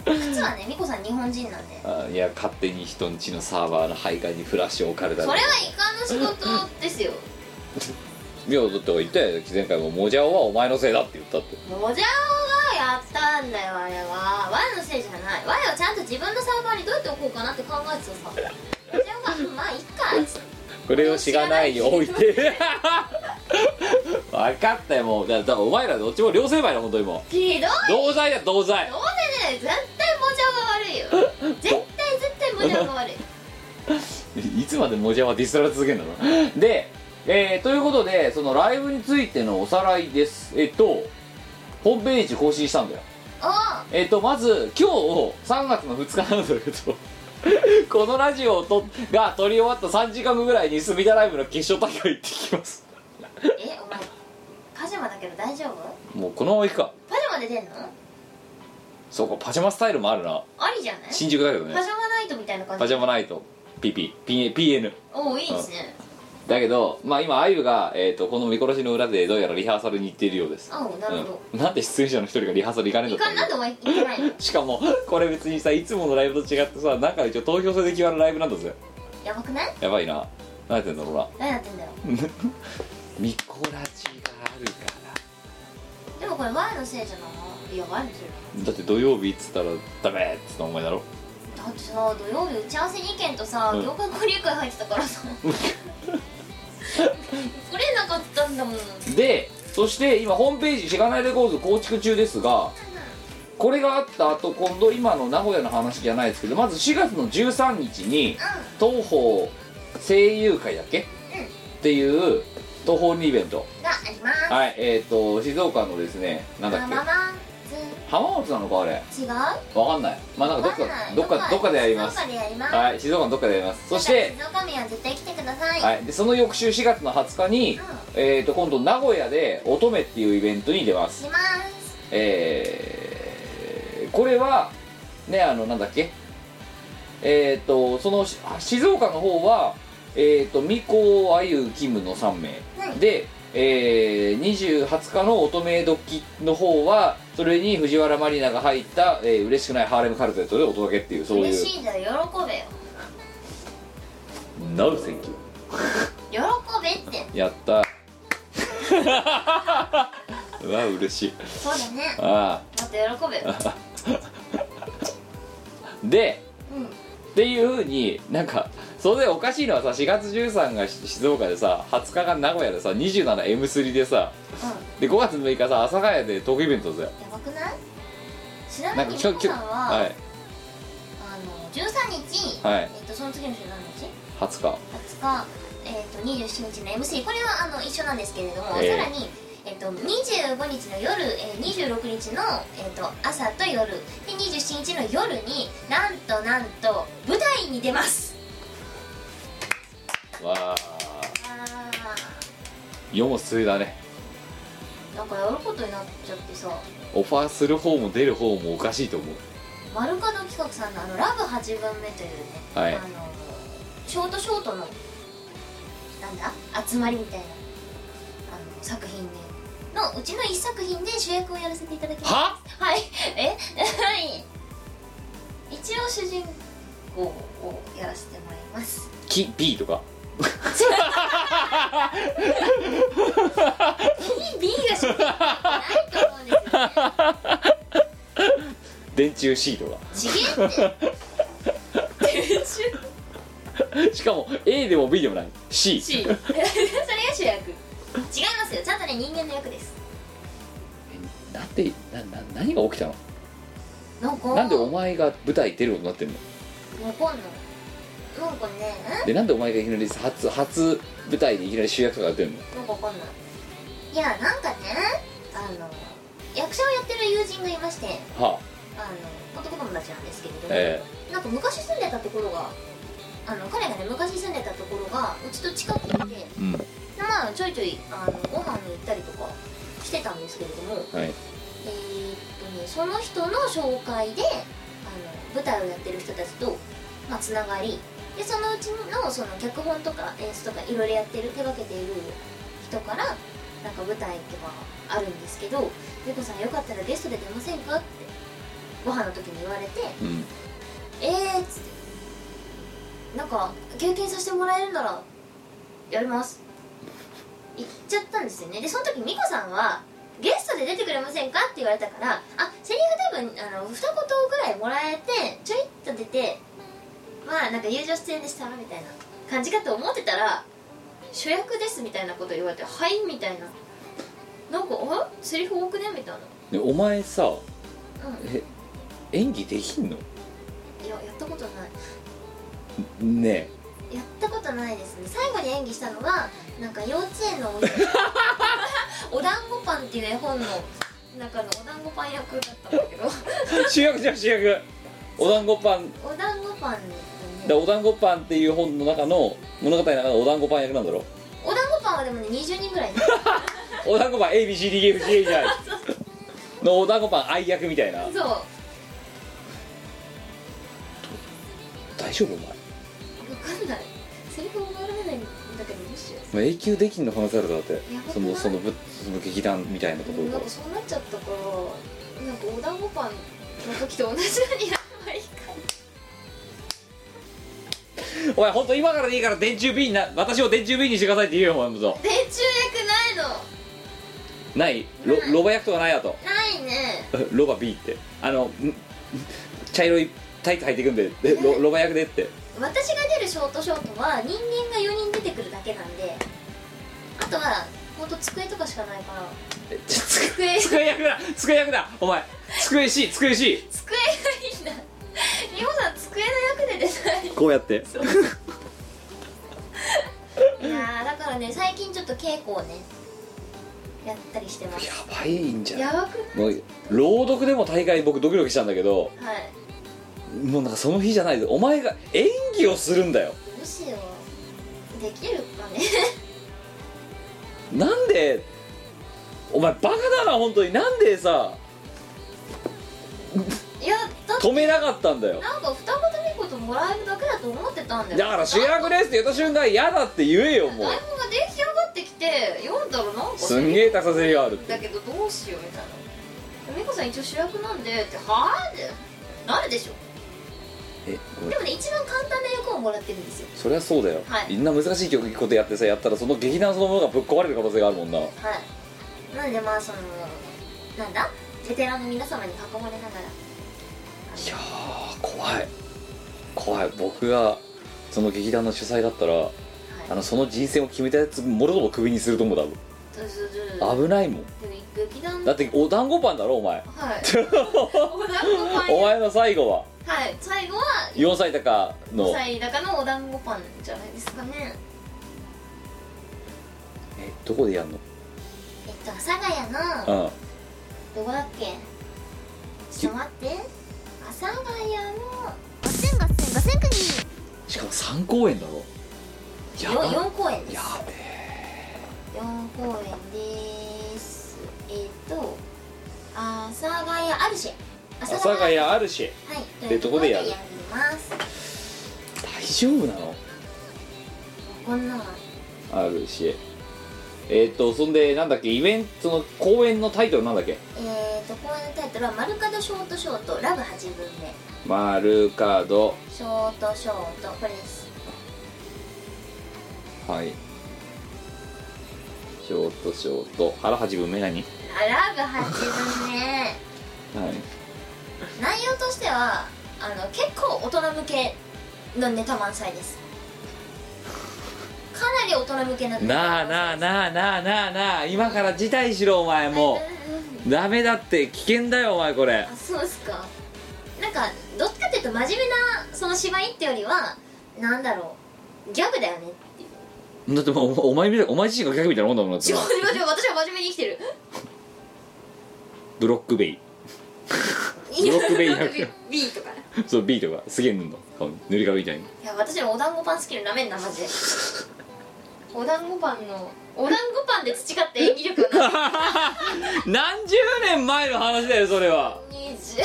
実はね、みこさん日本人なんで。 あいや勝手に人んちのサーバーの配下にフラッシュを置かれたそれはイカの仕事ですよ。 いやだって言ったよ前回もモジャオはお前のせいだって言ったって。 モジャオがやったんだよあれは。ワイのせいじゃない。ワイはちゃんと自分のサーバーにどうやって置こうかなって考えてたさ。モジャオがまあいっかっつって。 これをしがないに置いて分かったよもう。だからお前らどっちも両成敗だ本当にもう。 ひどい。 同罪だ同罪。 どうでね絶対モジャオが悪いよ。絶対絶対モジャオが悪い。 いつまでモジャオはディスられ続けるんだろうで、えー、ということでそのライブについてのおさらいです。えっとホームページ更新したんだよ。 あえっとまず今日さんがつのふつかなんだけどこのラジオとが撮り終わったさんじかんごぐらいに隅田ライブの決勝大会行ってきます。 えお前パジャマだけど大丈夫？ もうこのまま行くか。 パジャマで出んの？ そうかパジャマスタイルもあるな。 ありじゃない？ 新宿だけどね。 パジャマナイトみたいな感じ。 パジャマナイト ピーピー ピーエヌ。 おおいいですね。 だけどまあ今あゆが、えー、とこの見殺しの裏でどうやらリハーサルに行っているようです。 あおなるほど、 うん、なんで出演者の一人がリハーサル行かねえんだったいかんなんでお前行ってないの？ しかもこれ別にさいつものライブと違ってさなんか一応投票制で決まるライブなんだぜ。 やばくない？ やばいな。何やってんだろうな。 何やってんだよミコラジがあるかでもこれワイのせいじゃない？いやワイのせいら。だって土曜日っつったらダメっつったお前だろ。 だってさ土曜日打ち合わせにけんとさ、 うん業界交流会入ってたからさ来れなかったんだもん。 でそして今ホームページしがないレコード構築中ですが、これがあった後今度今の名古屋の話じゃないですけどまずしがつのじゅうさんにちに東宝声優会だっけ、 うん、 っていう東宝イベントがあります。 はいえっ、ー、と静岡のですねなんだっけママ浜松なのかあれ違う？ わかんないまあなんかどっかわかんないどっかどっかでやります。 静岡でやります。 はい静岡のどっかでやります。そして静岡民は絶対来てください。 はいでその翌週しがつのはつかに、 うんえー、と今度名古屋で乙女っていうイベントに出ます。 しますえー、これはねあのなんだっけえっ、ー、とそのし静岡の方はえっ、ー、とみこあゆキムのさんめい、 はい、 でえー、にじゅうはつかの乙女ドッキの方はそれに藤原マリナが入った、えー、嬉しくないハーレムカルテットでお届けっていうそういう嬉しいだよ喜べよ No thank you 喜べってやったうわ嬉しいそうだねあもっと喜べよで、 うん、 っていうふうになんかそれでおかしいのはさしがつじゅうさんが静岡でさはつかが名古屋でさ にじゅうななエムスリー でさ、うん、でごがつむいかさ阿佐ヶ谷でトークイベントだぜ。 やばくない？ちなみにみこさんは、 はい、 あのじゅうさんにち、 はいえっとその次の週何日？ はつかはつか、えっとにじゅうしちにちの エムスリー これはあの一緒なんですけれども、 えー、 さらにえっと、にじゅうごにちの夜、えー、にじゅうろくにちの、えっと、朝と夜でにじゅうしちにちの夜になんとなんと舞台に出ます。 わああ世も末だね。 なんかやることになっちゃってさオファーする方も出る方もおかしいと思う。 丸角企画さんのあのラブはちぶんめというね、 はい、 あのショートショートのなんだ集まりみたいなあの作品でのうちの一作品で主役をやらせていただきます。 ははいえはい一応主人公をやらせてもらいます。 キ P とか P、B が主人公ないと思うんですよね。 電柱 C とかちげえって電柱しかも A でも B でもない C, C それが主役違いますよ。ちゃんとね人間の役です。 えなんでなな何が起きたの？ なんかなんでお前が舞台出ることになってんの？ わかんないなんかねでなんでお前がいきなり初初舞台でいきなり主役とかやってんの？ なんかわかんない。いやなんかねあの役者をやってる友人がいまして、 はあの男友達なんですけれども、 えなんか昔住んでたところがあの彼がね昔住んでたところがうちと近くで、でうんまあちょいちょいあのご飯に行ったりとかしてたんですけれども、 はい、 えーっとねその人の紹介であの舞台をやってる人たちとまあつながりでそのうちのその脚本とか演出とかいろいろやってる手がけている人からなんか舞台とかあるんですけど「ゆこさんよかったらゲストで出ませんか?」ってご飯の時に言われてうんえーっつってなんか経験させてもらえるならやります言っちゃったんですよね。でその時美子さんはゲストで出てくれませんかって言われたからあセリフ多分あの二言ぐらいもらえてちょいっと出てまあなんか友情出演でしたみたいな感じかと思ってたら主役ですみたいなこと言われてはいみたいななんかあセリフ多くねみたいな。 でお前さうんえ演技できんの？ いややったことないねやったことないですね。最後に演技したのがなんか幼稚園のおお団子パンっていう絵本の中のお団子パン役だったんだけどえ主役じゃん主役お団子パンお団子パンだお団子パンっていう本の中の物語の中のお団子パン役なんだろ。 お団子パンはでもねにじゅうにんぐらいいるお団子パン エービーシーディーイーエフジーエイチアイ のお団子パン愛役みたいな。 そう大丈夫お前分かんないセリフ覚えられないんだけどどうしよう。 まあ永久できんの可能性あるだってやばくないそのそのぶその劇団みたいなところがなんかそうなっちゃったからなんかお団子パンの時と同じようにやればいいかお前ほんと今からでいいから電柱 B な私を電柱 B にしてくださいって言うよお前もぞ電柱役ないのないロロバ役とかないやとないねロバ B ってあのん茶色いタイツ履いていくんででロロバ役でって私が出るショートショートは人間がよにん出てくるだけなんであとはほんと机とかしかないからえちょつ机机役だ机役だお前机 C 机 C 机がいいんだ美穂さん机の役で出ないこうやっていやーだからね最近ちょっと稽古をねやったりしてますやばいんじゃないやばくないもう朗読でも大概僕ドキドキしたんだけどはいもうなんかその日じゃないでお前が演技をするんだよ。 どうしようできるかねなんでお前バカだな本当になんでさいやだって止めなかったんだよ。 なんか二言三言もらえるだけだと思ってたんだよだから主役ですって言った瞬間嫌だって言えよもう台本が出来上がってきて読んだらなんかすんげえたくさんセリフあるってだけどどうしようみたいな美子さん一応主役なんでってはぁってなるでしょ。 えごめんでもね一番簡単な役をもらってるんですよ。 そりゃそうだよ、 はいみんな難しい曲ことやってさやったらその劇団そのものがぶっ壊れる可能性があるもんな。 はいなのでまあそのなんだベテランの皆様に囲まれながらいやー怖い怖い僕がその劇団の主催だったら、 はいあのその人選を決めたやつもろともクビにすると思う多分ずずず危ないもん。 でも劇団だってお団子パンだろお前はいお団子パンお前の最後ははい最後はよんさい高のごさい高のお団子パンじゃないですかね。 えどこでやんの？ えっと阿佐ヶ谷のうんどこだっけちょっと待って阿佐ヶ谷のガセンガセンガセンクニしかもさん公演だろ。やばよん公演です。 やべえよん公演です。えっと阿佐ヶ谷アルシェ阿阿佐ヶ谷あるしはいでどこでやるやります大丈夫なの？ こんなあるしえっ、ー、とそんでなんだっけイベントの公演のタイトルなんだっけ？ えっと公演のタイトルは「マルカドショートショートラブはちぶんめ」 マルカドショートショートこれです。 はいショートショート腹はちぶんめ何？ あラブはちぶんめはい内容としてはあの結構大人向けのネタ満載です。かなり大人向けなネタなあなあなあなあなあなあ今から辞退しろお前もうダメだって危険だよお前これ。 あそうですか。なんかどっちかっていうと真面目なその芝居ってよりはなんだろうギャグだよねっていう。 だってもうお前みたいお前自身がギャグみたいなもんだもんだって違うな違う違う私は真面目に生きてる。 ブロックベイブロックベイブロックベイ B とかね。 そう B とかすげえ塗んの顔に塗り壁みたいに。 いや私はお団子パン好きのなめんなマジで。お団子パンのお団子パンで培った演技力は何何十年前の話だよそれは。 にじゅ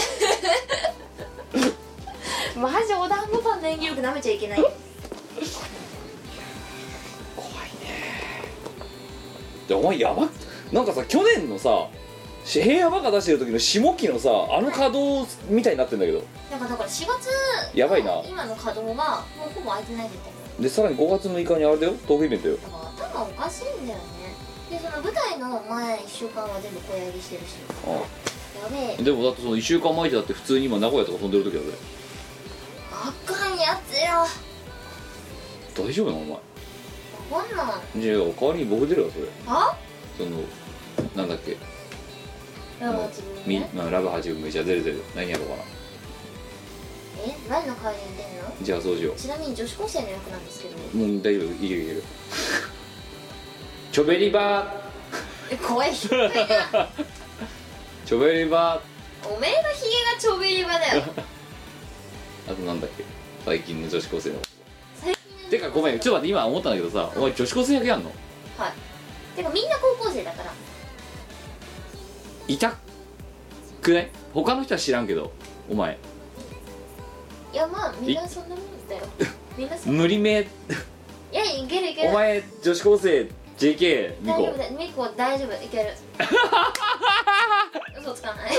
うマジお団子パンの演技力なめちゃいけない。 怖いね。でお前やばなんかさ去年のさ平野バカ出してる時の下期のさあの稼働みたいになってんだけど、 なんかだからしがつやばいな。 今の稼働がもうほぼ空いてないって言ってる。 でさらにごがつむいかにあれだよ、トークイベントよ。 だから頭おかしいんだよね。でその舞台の前いっしゅうかんは全部小やりしてるし、 あやべえ。 でもだってそのいっしゅうかんまえだって普通に今名古屋とか飛んでる時だぜ。 あかんやつよ。 大丈夫なのお前。 わかんない。 じゃあ代わりに僕出るわそれ。 あそのなんだっけ、 ラブは自分みね。 まあラブはじめじゃあ出る出る。何やろうかな。 え何の代わりに出んの？ じゃあそうしよちなみに女子高生の役なんですけど。 う。もう大丈夫、いけるいける。チョベリバえ怖い人がいな。 ーチョベリバおめえのヒゲがちょべり場だよ。 ーあとなんだっけ、最近の女子高生の。 最近のてかごめん、ちょっと待って、今思ったんだけどさ、お前女子高生役やんの？ はい。てかみんな高校生だから。 いたくない？他の人は知らんけど、お前いやまあみんなそんなもんだよ。みんなそんな。 無理め。 いやいけるいける。 お前女子高生 ジェーケー ミコ大丈夫だよ。ミコ大丈夫いける。嘘つかない。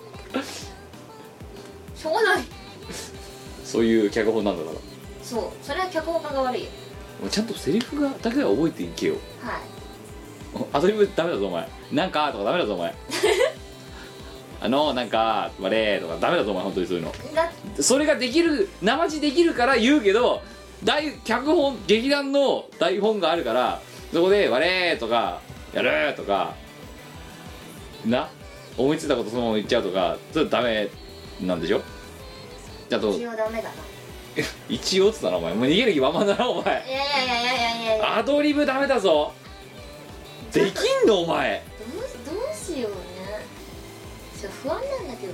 しょうがない。 そういう脚本なんだから。 そうそれは脚本家が悪いよ。 もうちゃんとセリフがだけは覚えていけよ。 はい。 アドリブダメだぞお前。なんかとかダメだぞお前。あのなんかまれとかダメだぞお前、本当にそういうの。 だそれができる、生地できるから言うけど、大脚本劇団の台本があるから、そこで「われ」とか「やる」とかな、思いついたことそのまま言っちゃうとか、それダメなんでしょ。ちゃんと一応ダメだな。 一応っつったなお前。もう逃げる気満々だなお前。 いやいやいやいやいやいやいや。 アドリブダメだぞ。できんのお前。 どうどうしようね。ちょっと不安なんだけ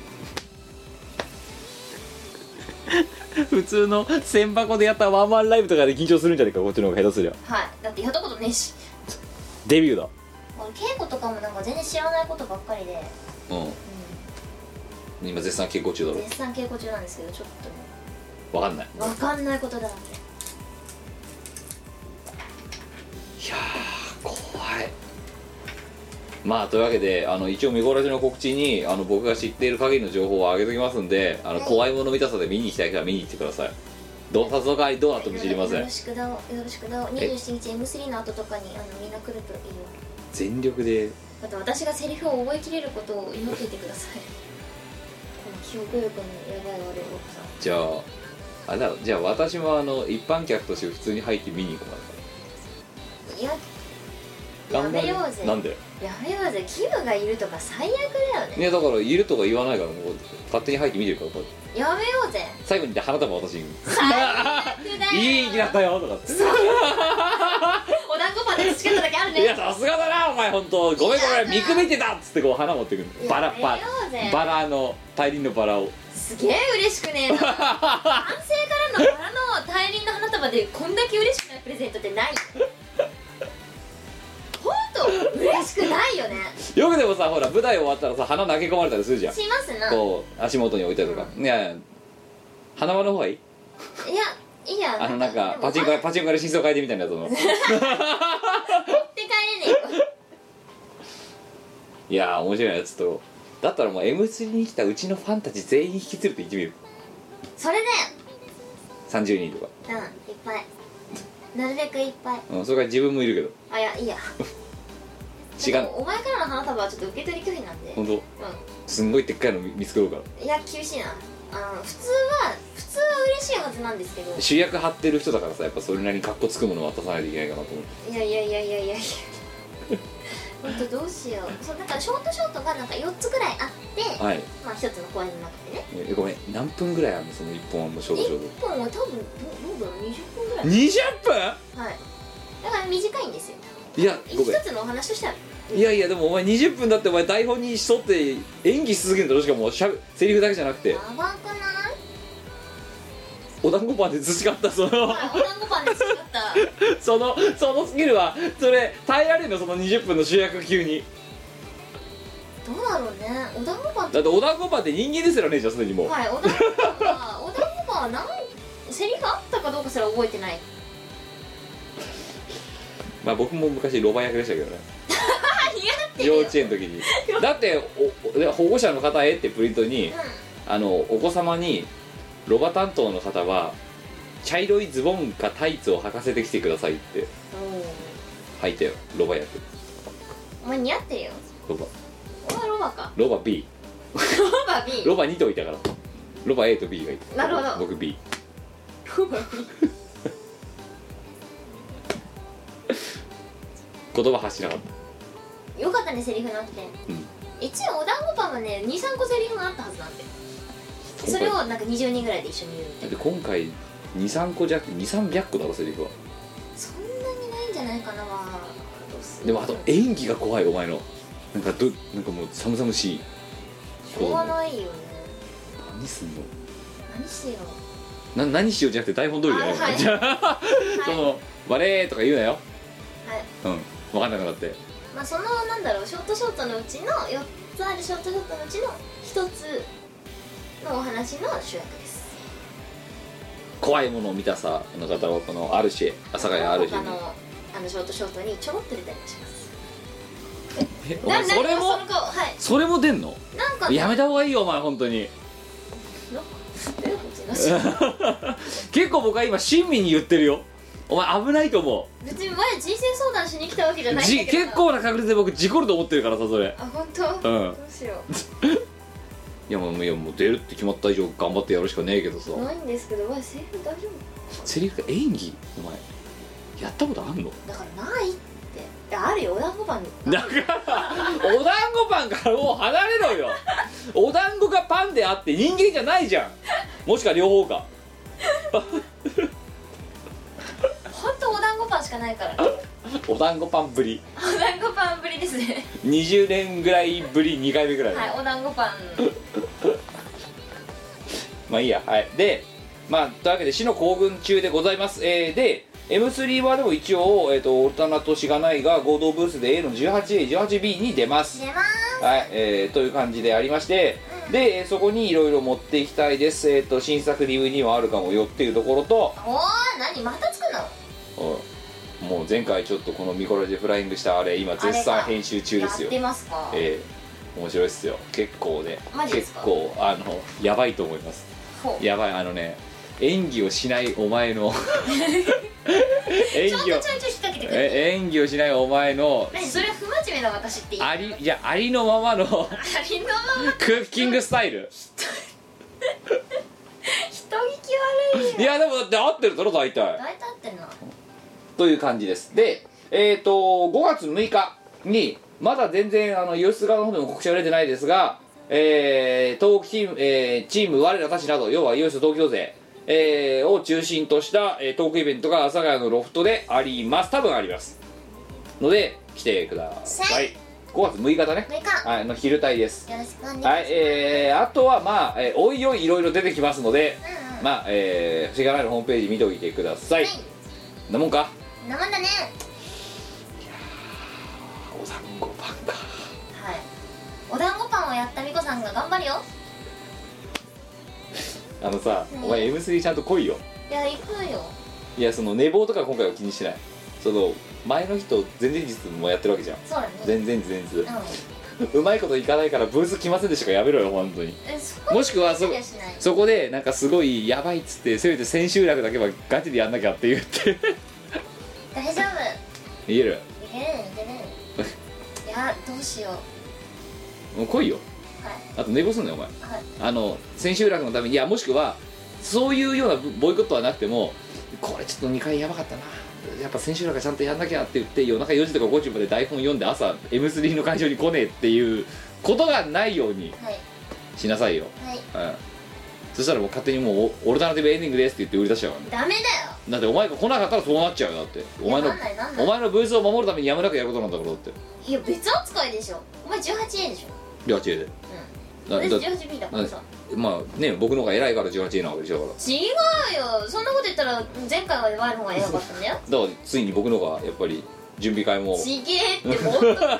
ど。 普通の千箱でやったワンマンライブとかで緊張するんじゃねえか、こっちの方が下手すりゃ。 はいだってやったことねえし。 デビューだ。 俺稽古とかもなんか全然知らないことばっかりで、 うん、 う今絶賛稽古中だん、 ろ。 絶賛稽古中なんですけどちょっわかんない。 と分かんないことだらけ。 いやー怖い。まあというわけで、あの一応ミコラジの告知にあの僕が知っている限りの情報を上げときますんで、あのはい怖いもの見たさで見に行きたい人は見に行ってください。どうさぞかいどうなっても知りませんよろ。しくだよろしくだにじゅうしちにち エムスリー の後とかにあのみんな来るといいよ。 全力で。 あと私がセリフを覚えきれることを祈っていてください。この記憶力のやばい悪い奥さん。 じゃああれだろ、じゃあ私もあの一般客として普通に入って見に行こういやかな。 やめようぜ。 なんで？ やめようぜ。キムがいるとか最悪だよね。 いやだからいるとか言わないから、もう勝手に入って見てるからこうやってやめようぜ。 最後に花束私に最悪だよ。 いい気だったよとかって。 お団子パンで培っただけあるね。 いやさすがだなお前、本当ごめんごめん見くびてたっつってこう花持ってくる。バラバやめようぜバラの大輪のバラを。 すげえ嬉しくねえな。男性からのバラの大輪の花束でこんだけ嬉しくないプレゼントってない。ほんと嬉しくないよね。 よくでもさ、ほら舞台終わったらさ花投げ込まれたりするじゃん。 しますな。 こう足元に置いたりとか、いやいや花輪の方がいい。 いやいいや。 あのなんかでもパチンコパチンコで真相変えてみたいなやつの。 持って帰れねえよ。 いやー面白いやつと。だったらもう エムスリー に来たうちのファンたち全員引き連れて行ってみる。 それでさんじゅうにんとか。 うんいっぱいなるべくいっぱい。 うん、それから自分もいるけど。 あいやいいや。 違う。 でもお前からの花束はちょっと受け取り拒否なんで。 本当。 うすんごいでっかいの見つけろうから。 んいや厳しいな。あの普通は普通は嬉しいはずなんですけど。 主役張ってる人だからさ、やっぱそれなりにカッコつくものを渡さないといけないかなと思う。 いやいやいやいやいやいやほんとどうしよう。そうなんかショートショートがなんかよっつぐらいあって、 はい。 まあひとつの公演の中でねえごめん、何分ぐらいあるのそのいっぽんのショートショーいっぽんは多分どどうだろうにじゅっぷんぐらい。 ト。にじゅっぷん？ はいだから短いんですよ。 いやごめん。 一つのお話としてはいやいやでもお前にじゅっぷんだってお前台本に沿って演技し続けるんだろ。しかもしゃべセリフだけじゃなくてやばくない？ お団子パンで培ったそのはいお団子パンで作ったそのそのスキルはそれ耐えられるの、そのにじゅっぷんの主役級に。 どうだろうね。お団子パンだってお団子パンって人間ですらねえじゃんすでにもう。 はいお団子パンはお団子パンは何セリフあったかどうかすら覚えてない。 まあ僕も昔ロバ役でしたけどね。 あやっってるよ。 幼稚園の時にだっておお保護者の方へってプリントに、 うあのお子様にロバ担当の方は茶色いズボンかタイツを履かせてきてくださいってん。 履いたよ、ロバ役。 お前似合ってるよ。 ロバお前ロバか。 ロバ B ロバ B。 ロバに頭いたから、ロバ A と B がいた。 なるほど僕 B。 ロバ B。 言葉発しなかった。 よかったね、セリフなくて。 うん一応お団子パンはね にさんこセリフがあったはずなんで、それをなんかにじゅうにんぐらいで一緒に言うみたいな。 で今回にさんこじゃなくてにさんびゃっこだろセリフは。 そんなにないんじゃないかな。はどうする。 でもあと演技が怖い、お前のなんかどなんかもう寒々しい。 しょうがないよね。 何すんの。 何しよう。 な何しようじゃなくて台本通りじゃないの、 あはいじゃあそはい、 のバレーとか言うなよ。 はい。 うん分かんなくなって。 まあそのなんだろう、ショートショートのうちのよっつあるショートショートのうちのひとつのお話の主役です。 怖いものを見たさあの方はこのアルシェ、阿佐ヶ谷アルシェに。 他のあのショートショートにちょろっと出たりもします。 えお前なそれもその顔はい。 それも出んの。 なんかやめた方がいいよお前本当に。 なんかえこっちなし結構僕は今親身に言ってるよ。お前危ないと思別に前人生相談しに来たわけじゃう。 ないんだけどじ結構な確率で僕事故ると思ってるからさそれ。 あ本当、 うんどうしよいやもういやもう出るって決まった以上頑張ってやるしかねえけどさ。 う。ないんですけど、わセリフ大丈セリフが演技お前やったことあんの。 夫だからないって。いやあるよ、お団子パンだからお団子パンからもう離れろよ。お団子がパンであって人間じゃないじゃん。もしくは両方か。 ほんとお団子パンしかないからお団子パンぶりお団子パンぶりですね。 にじゅうねんぐらいぶりにかいめぐらい、 はい、お団子パンまあいいや。はいでまあというわけで死の行軍中でございます。えー、で エムスリー はでも一応、えー、とオルタナとしがないが合同ブースで A の じゅうはちエー、じゅうはちビー に出ます出ますはい、えー、という感じでありまして、で、えーそこにいろいろ持っていきたいです。えー、と新作 ディーブイディー もあるかもよっていうところと、 おー、何また作るの。 うんもう前回ちょっとこのミコラジでフライングしたあれ今絶賛編集中ですよ。 やってますか。 えー、面白いっすよ結構ね。結マジですか構あのやばいと思います。 ほうやばいあのね演技をしないお前の演ちょっと技をちょいちょい引っ掛けてくれる。 え演技をしないお前の何それは不真面目な私って言う。 ありいやありのままのありのままクッキングスタイル。 人聞き悪いよ。 いやでもだって合ってるだろ大体大体合ってるな。 という感じです。でえっ、とごがつむいかにまだ全然あのユース側の方でも告知は出てないですが、えー、東チーム、えー、チーム我らたちなど要はユース東京勢、えーを中心とした、えートークイベントが阿佐ヶ谷のロフトであります多分ありますので来てください。ごがつむいかだね。 むいかはい、の昼帯です。 よろしくお願いします。 はい、えー、あとはまあ、えーおいおいいろいろ出てきますので、 うんうんまあ、えー、不思議がないのホームページ見ておいてください。 はいなもんかなもんだね。 お団子パンか。 はい。お団子パンをやったみこさんが頑張るよ。 あのさ、 うんお前 エムスリー ちゃんと来いよ。 いや行くよ。 いやその寝坊とか今回は気にしてない。その前の日と前々日もやってるわけじゃん。 そうだね。 前々日前日うん。 うまいこといかないからブース来ませんでしたかやめろよ本当に。 えそこにもしくはそ気にしないそこでなんかすごいやばいっつってせめて千秋楽だけはガチでやんなきゃって言って大丈夫。 言える。 いけるいける。いやどうしよう。 もう来いよ。 はいあと寝坊すんなよお前。 はい。 あの千秋楽のためにいやもしくはそういうようなボイコットはなくてもこれちょっとにかいやばかったなやっぱ千秋楽ちゃんとやんなきゃって言って夜中よじとかごじまで台本読んで朝 エムスリー の会場に来ねえっていうことがないようにはいしなさいよ。 はい。 うんそしたらもう勝手にもうオルタナティブエンディングですって言って売り出しちゃうからね。 ダメだよ。 だってお前が来なかったらそうなっちゃうよだってお前のなんないなんないお前のブースを守るためにやむなくやることなんだからだって。 いや別扱いでしょ。お前 じゅうはちエー でしょ。 じゅうはちエー でうん。 だ私 じゅうだはちビー だからさ。 まあね僕の方が偉いからじゅうはちエーなわけでしょだから違うよ。そんなこと言ったら前回は前の方が偉かったんだよ。 だからついに僕の方がやっぱり準備会もちげえってもっと合体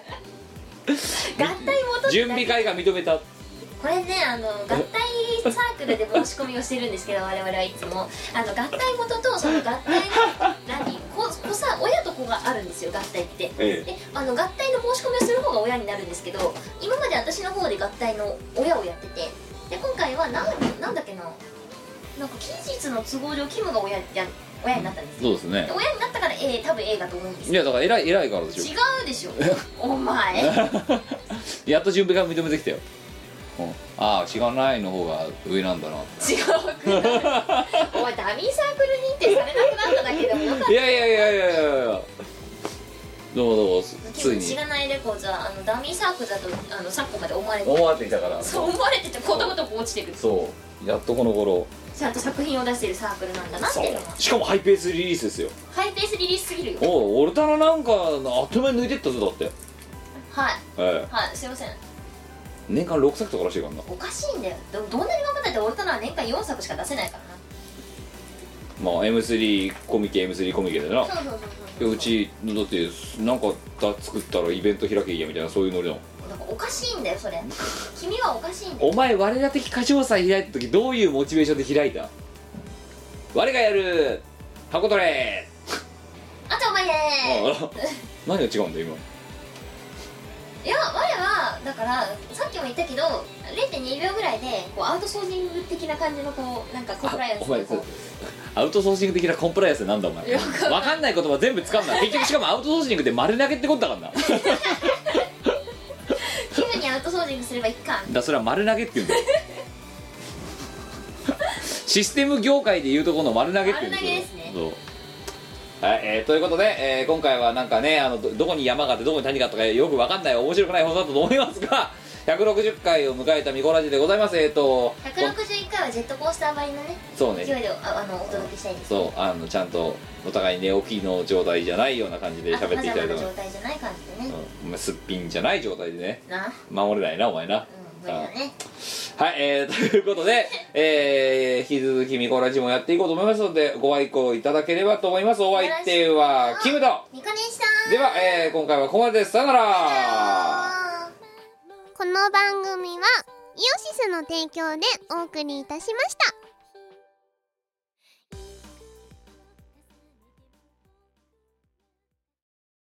元準備会が認めた。 これねあの合体サークルで申し込みをしてるんですけど我々はいつもあの合体元とその合体の何ここさ親と子があるんですよ、合体って。 ええであの合体の申し込みをする方が親になるんですけど、今まで私の方で合体の親をやってて、で今回はなんなんだっけな、なんか期日の都合上キムが親や親になったんですよ。 そうですねで親になったから A 多分 A だと思うんですいよ。 やだから偉い偉いからでしょ。 違うでしょお前違うやっと順平が認めてきたよ、うん、ああしがないの方が上なんだなくないお前ダミーサークル認定されなくなっただけでもよかった。 いやいやいやいやいやいやどうもどうもキついにムしがないレコーズはあのダミーサークルだとあの昨今まで思われて思われていたから、 そう思われてて子供とこ落ちてる、 そうやっとこの頃ちゃんと作品を出してるサークルなんだなってそういうのがしかもハイペースリリースですよ。 ハイペースリリースすぎるよ。 おうオルタナなんかあっという間に抜いてったぞだって、 はいえはいすいません、 え、年間ろくさくとからしいからな。 おかしいんだよ。どどんなに頑張ったって俺とのは年間よんさくしか出せないからな。 まあ エムスリー コミケ エムスリー コミケでな、 そうそうそうそううちだってなんかだ作ったらイベント開けいいやみたいな、そういうノリなの。 だからおかしいんだよそれ君はおかしいんだよ。 お前我ら的歌唱祭開いた時どういうモチベーションで開いた？我がやる箱取れあとお前でーああ何が違うんだ今。 いや我はだからさっきも言ったけど れいてんにびょうぐらいでこうアウトソーシング的な感じのこうなんかコンプライアンスお前のこうアウトソーシング的なコンプライアンスなんだお前。 いや分かんない言葉全部使うな。結局しかもアウトソーシングで丸投げってことだからな。だかキムにアウトソーシングすればいいからそれは丸投げって言うんだよ。システム業界でいうところの丸投げって言うん丸投げですね。 そうはい、えーということで、えー今回はなんかねあの ど, どこに山があってどこに谷があったかよく分かんない面白くない放送だったと思いますが、ひゃくろくじゅっかいを迎えたミコラジでございます。えっ、ー、とひゃくろくじゅういっかいはジェットコースターばりのねそうね勢いで ああのお届けしたいです。 そうあのちゃんとお互い寝起きの状態じゃないような感じで喋っていきたいと思いあま状態じゃない感じでね、 す。うん、お前すっぴんじゃない状態でねな守れないなお前な。 うん無理だね。 はい、えー、ということで、えー、引き続きミコラジもやっていこうと思いますのでご愛顧いただければと思います。お相手はキムとミカでしたでは、えー、今回はここまでです。さよなら。 この番組はイオシスの提供でお送りいたしました。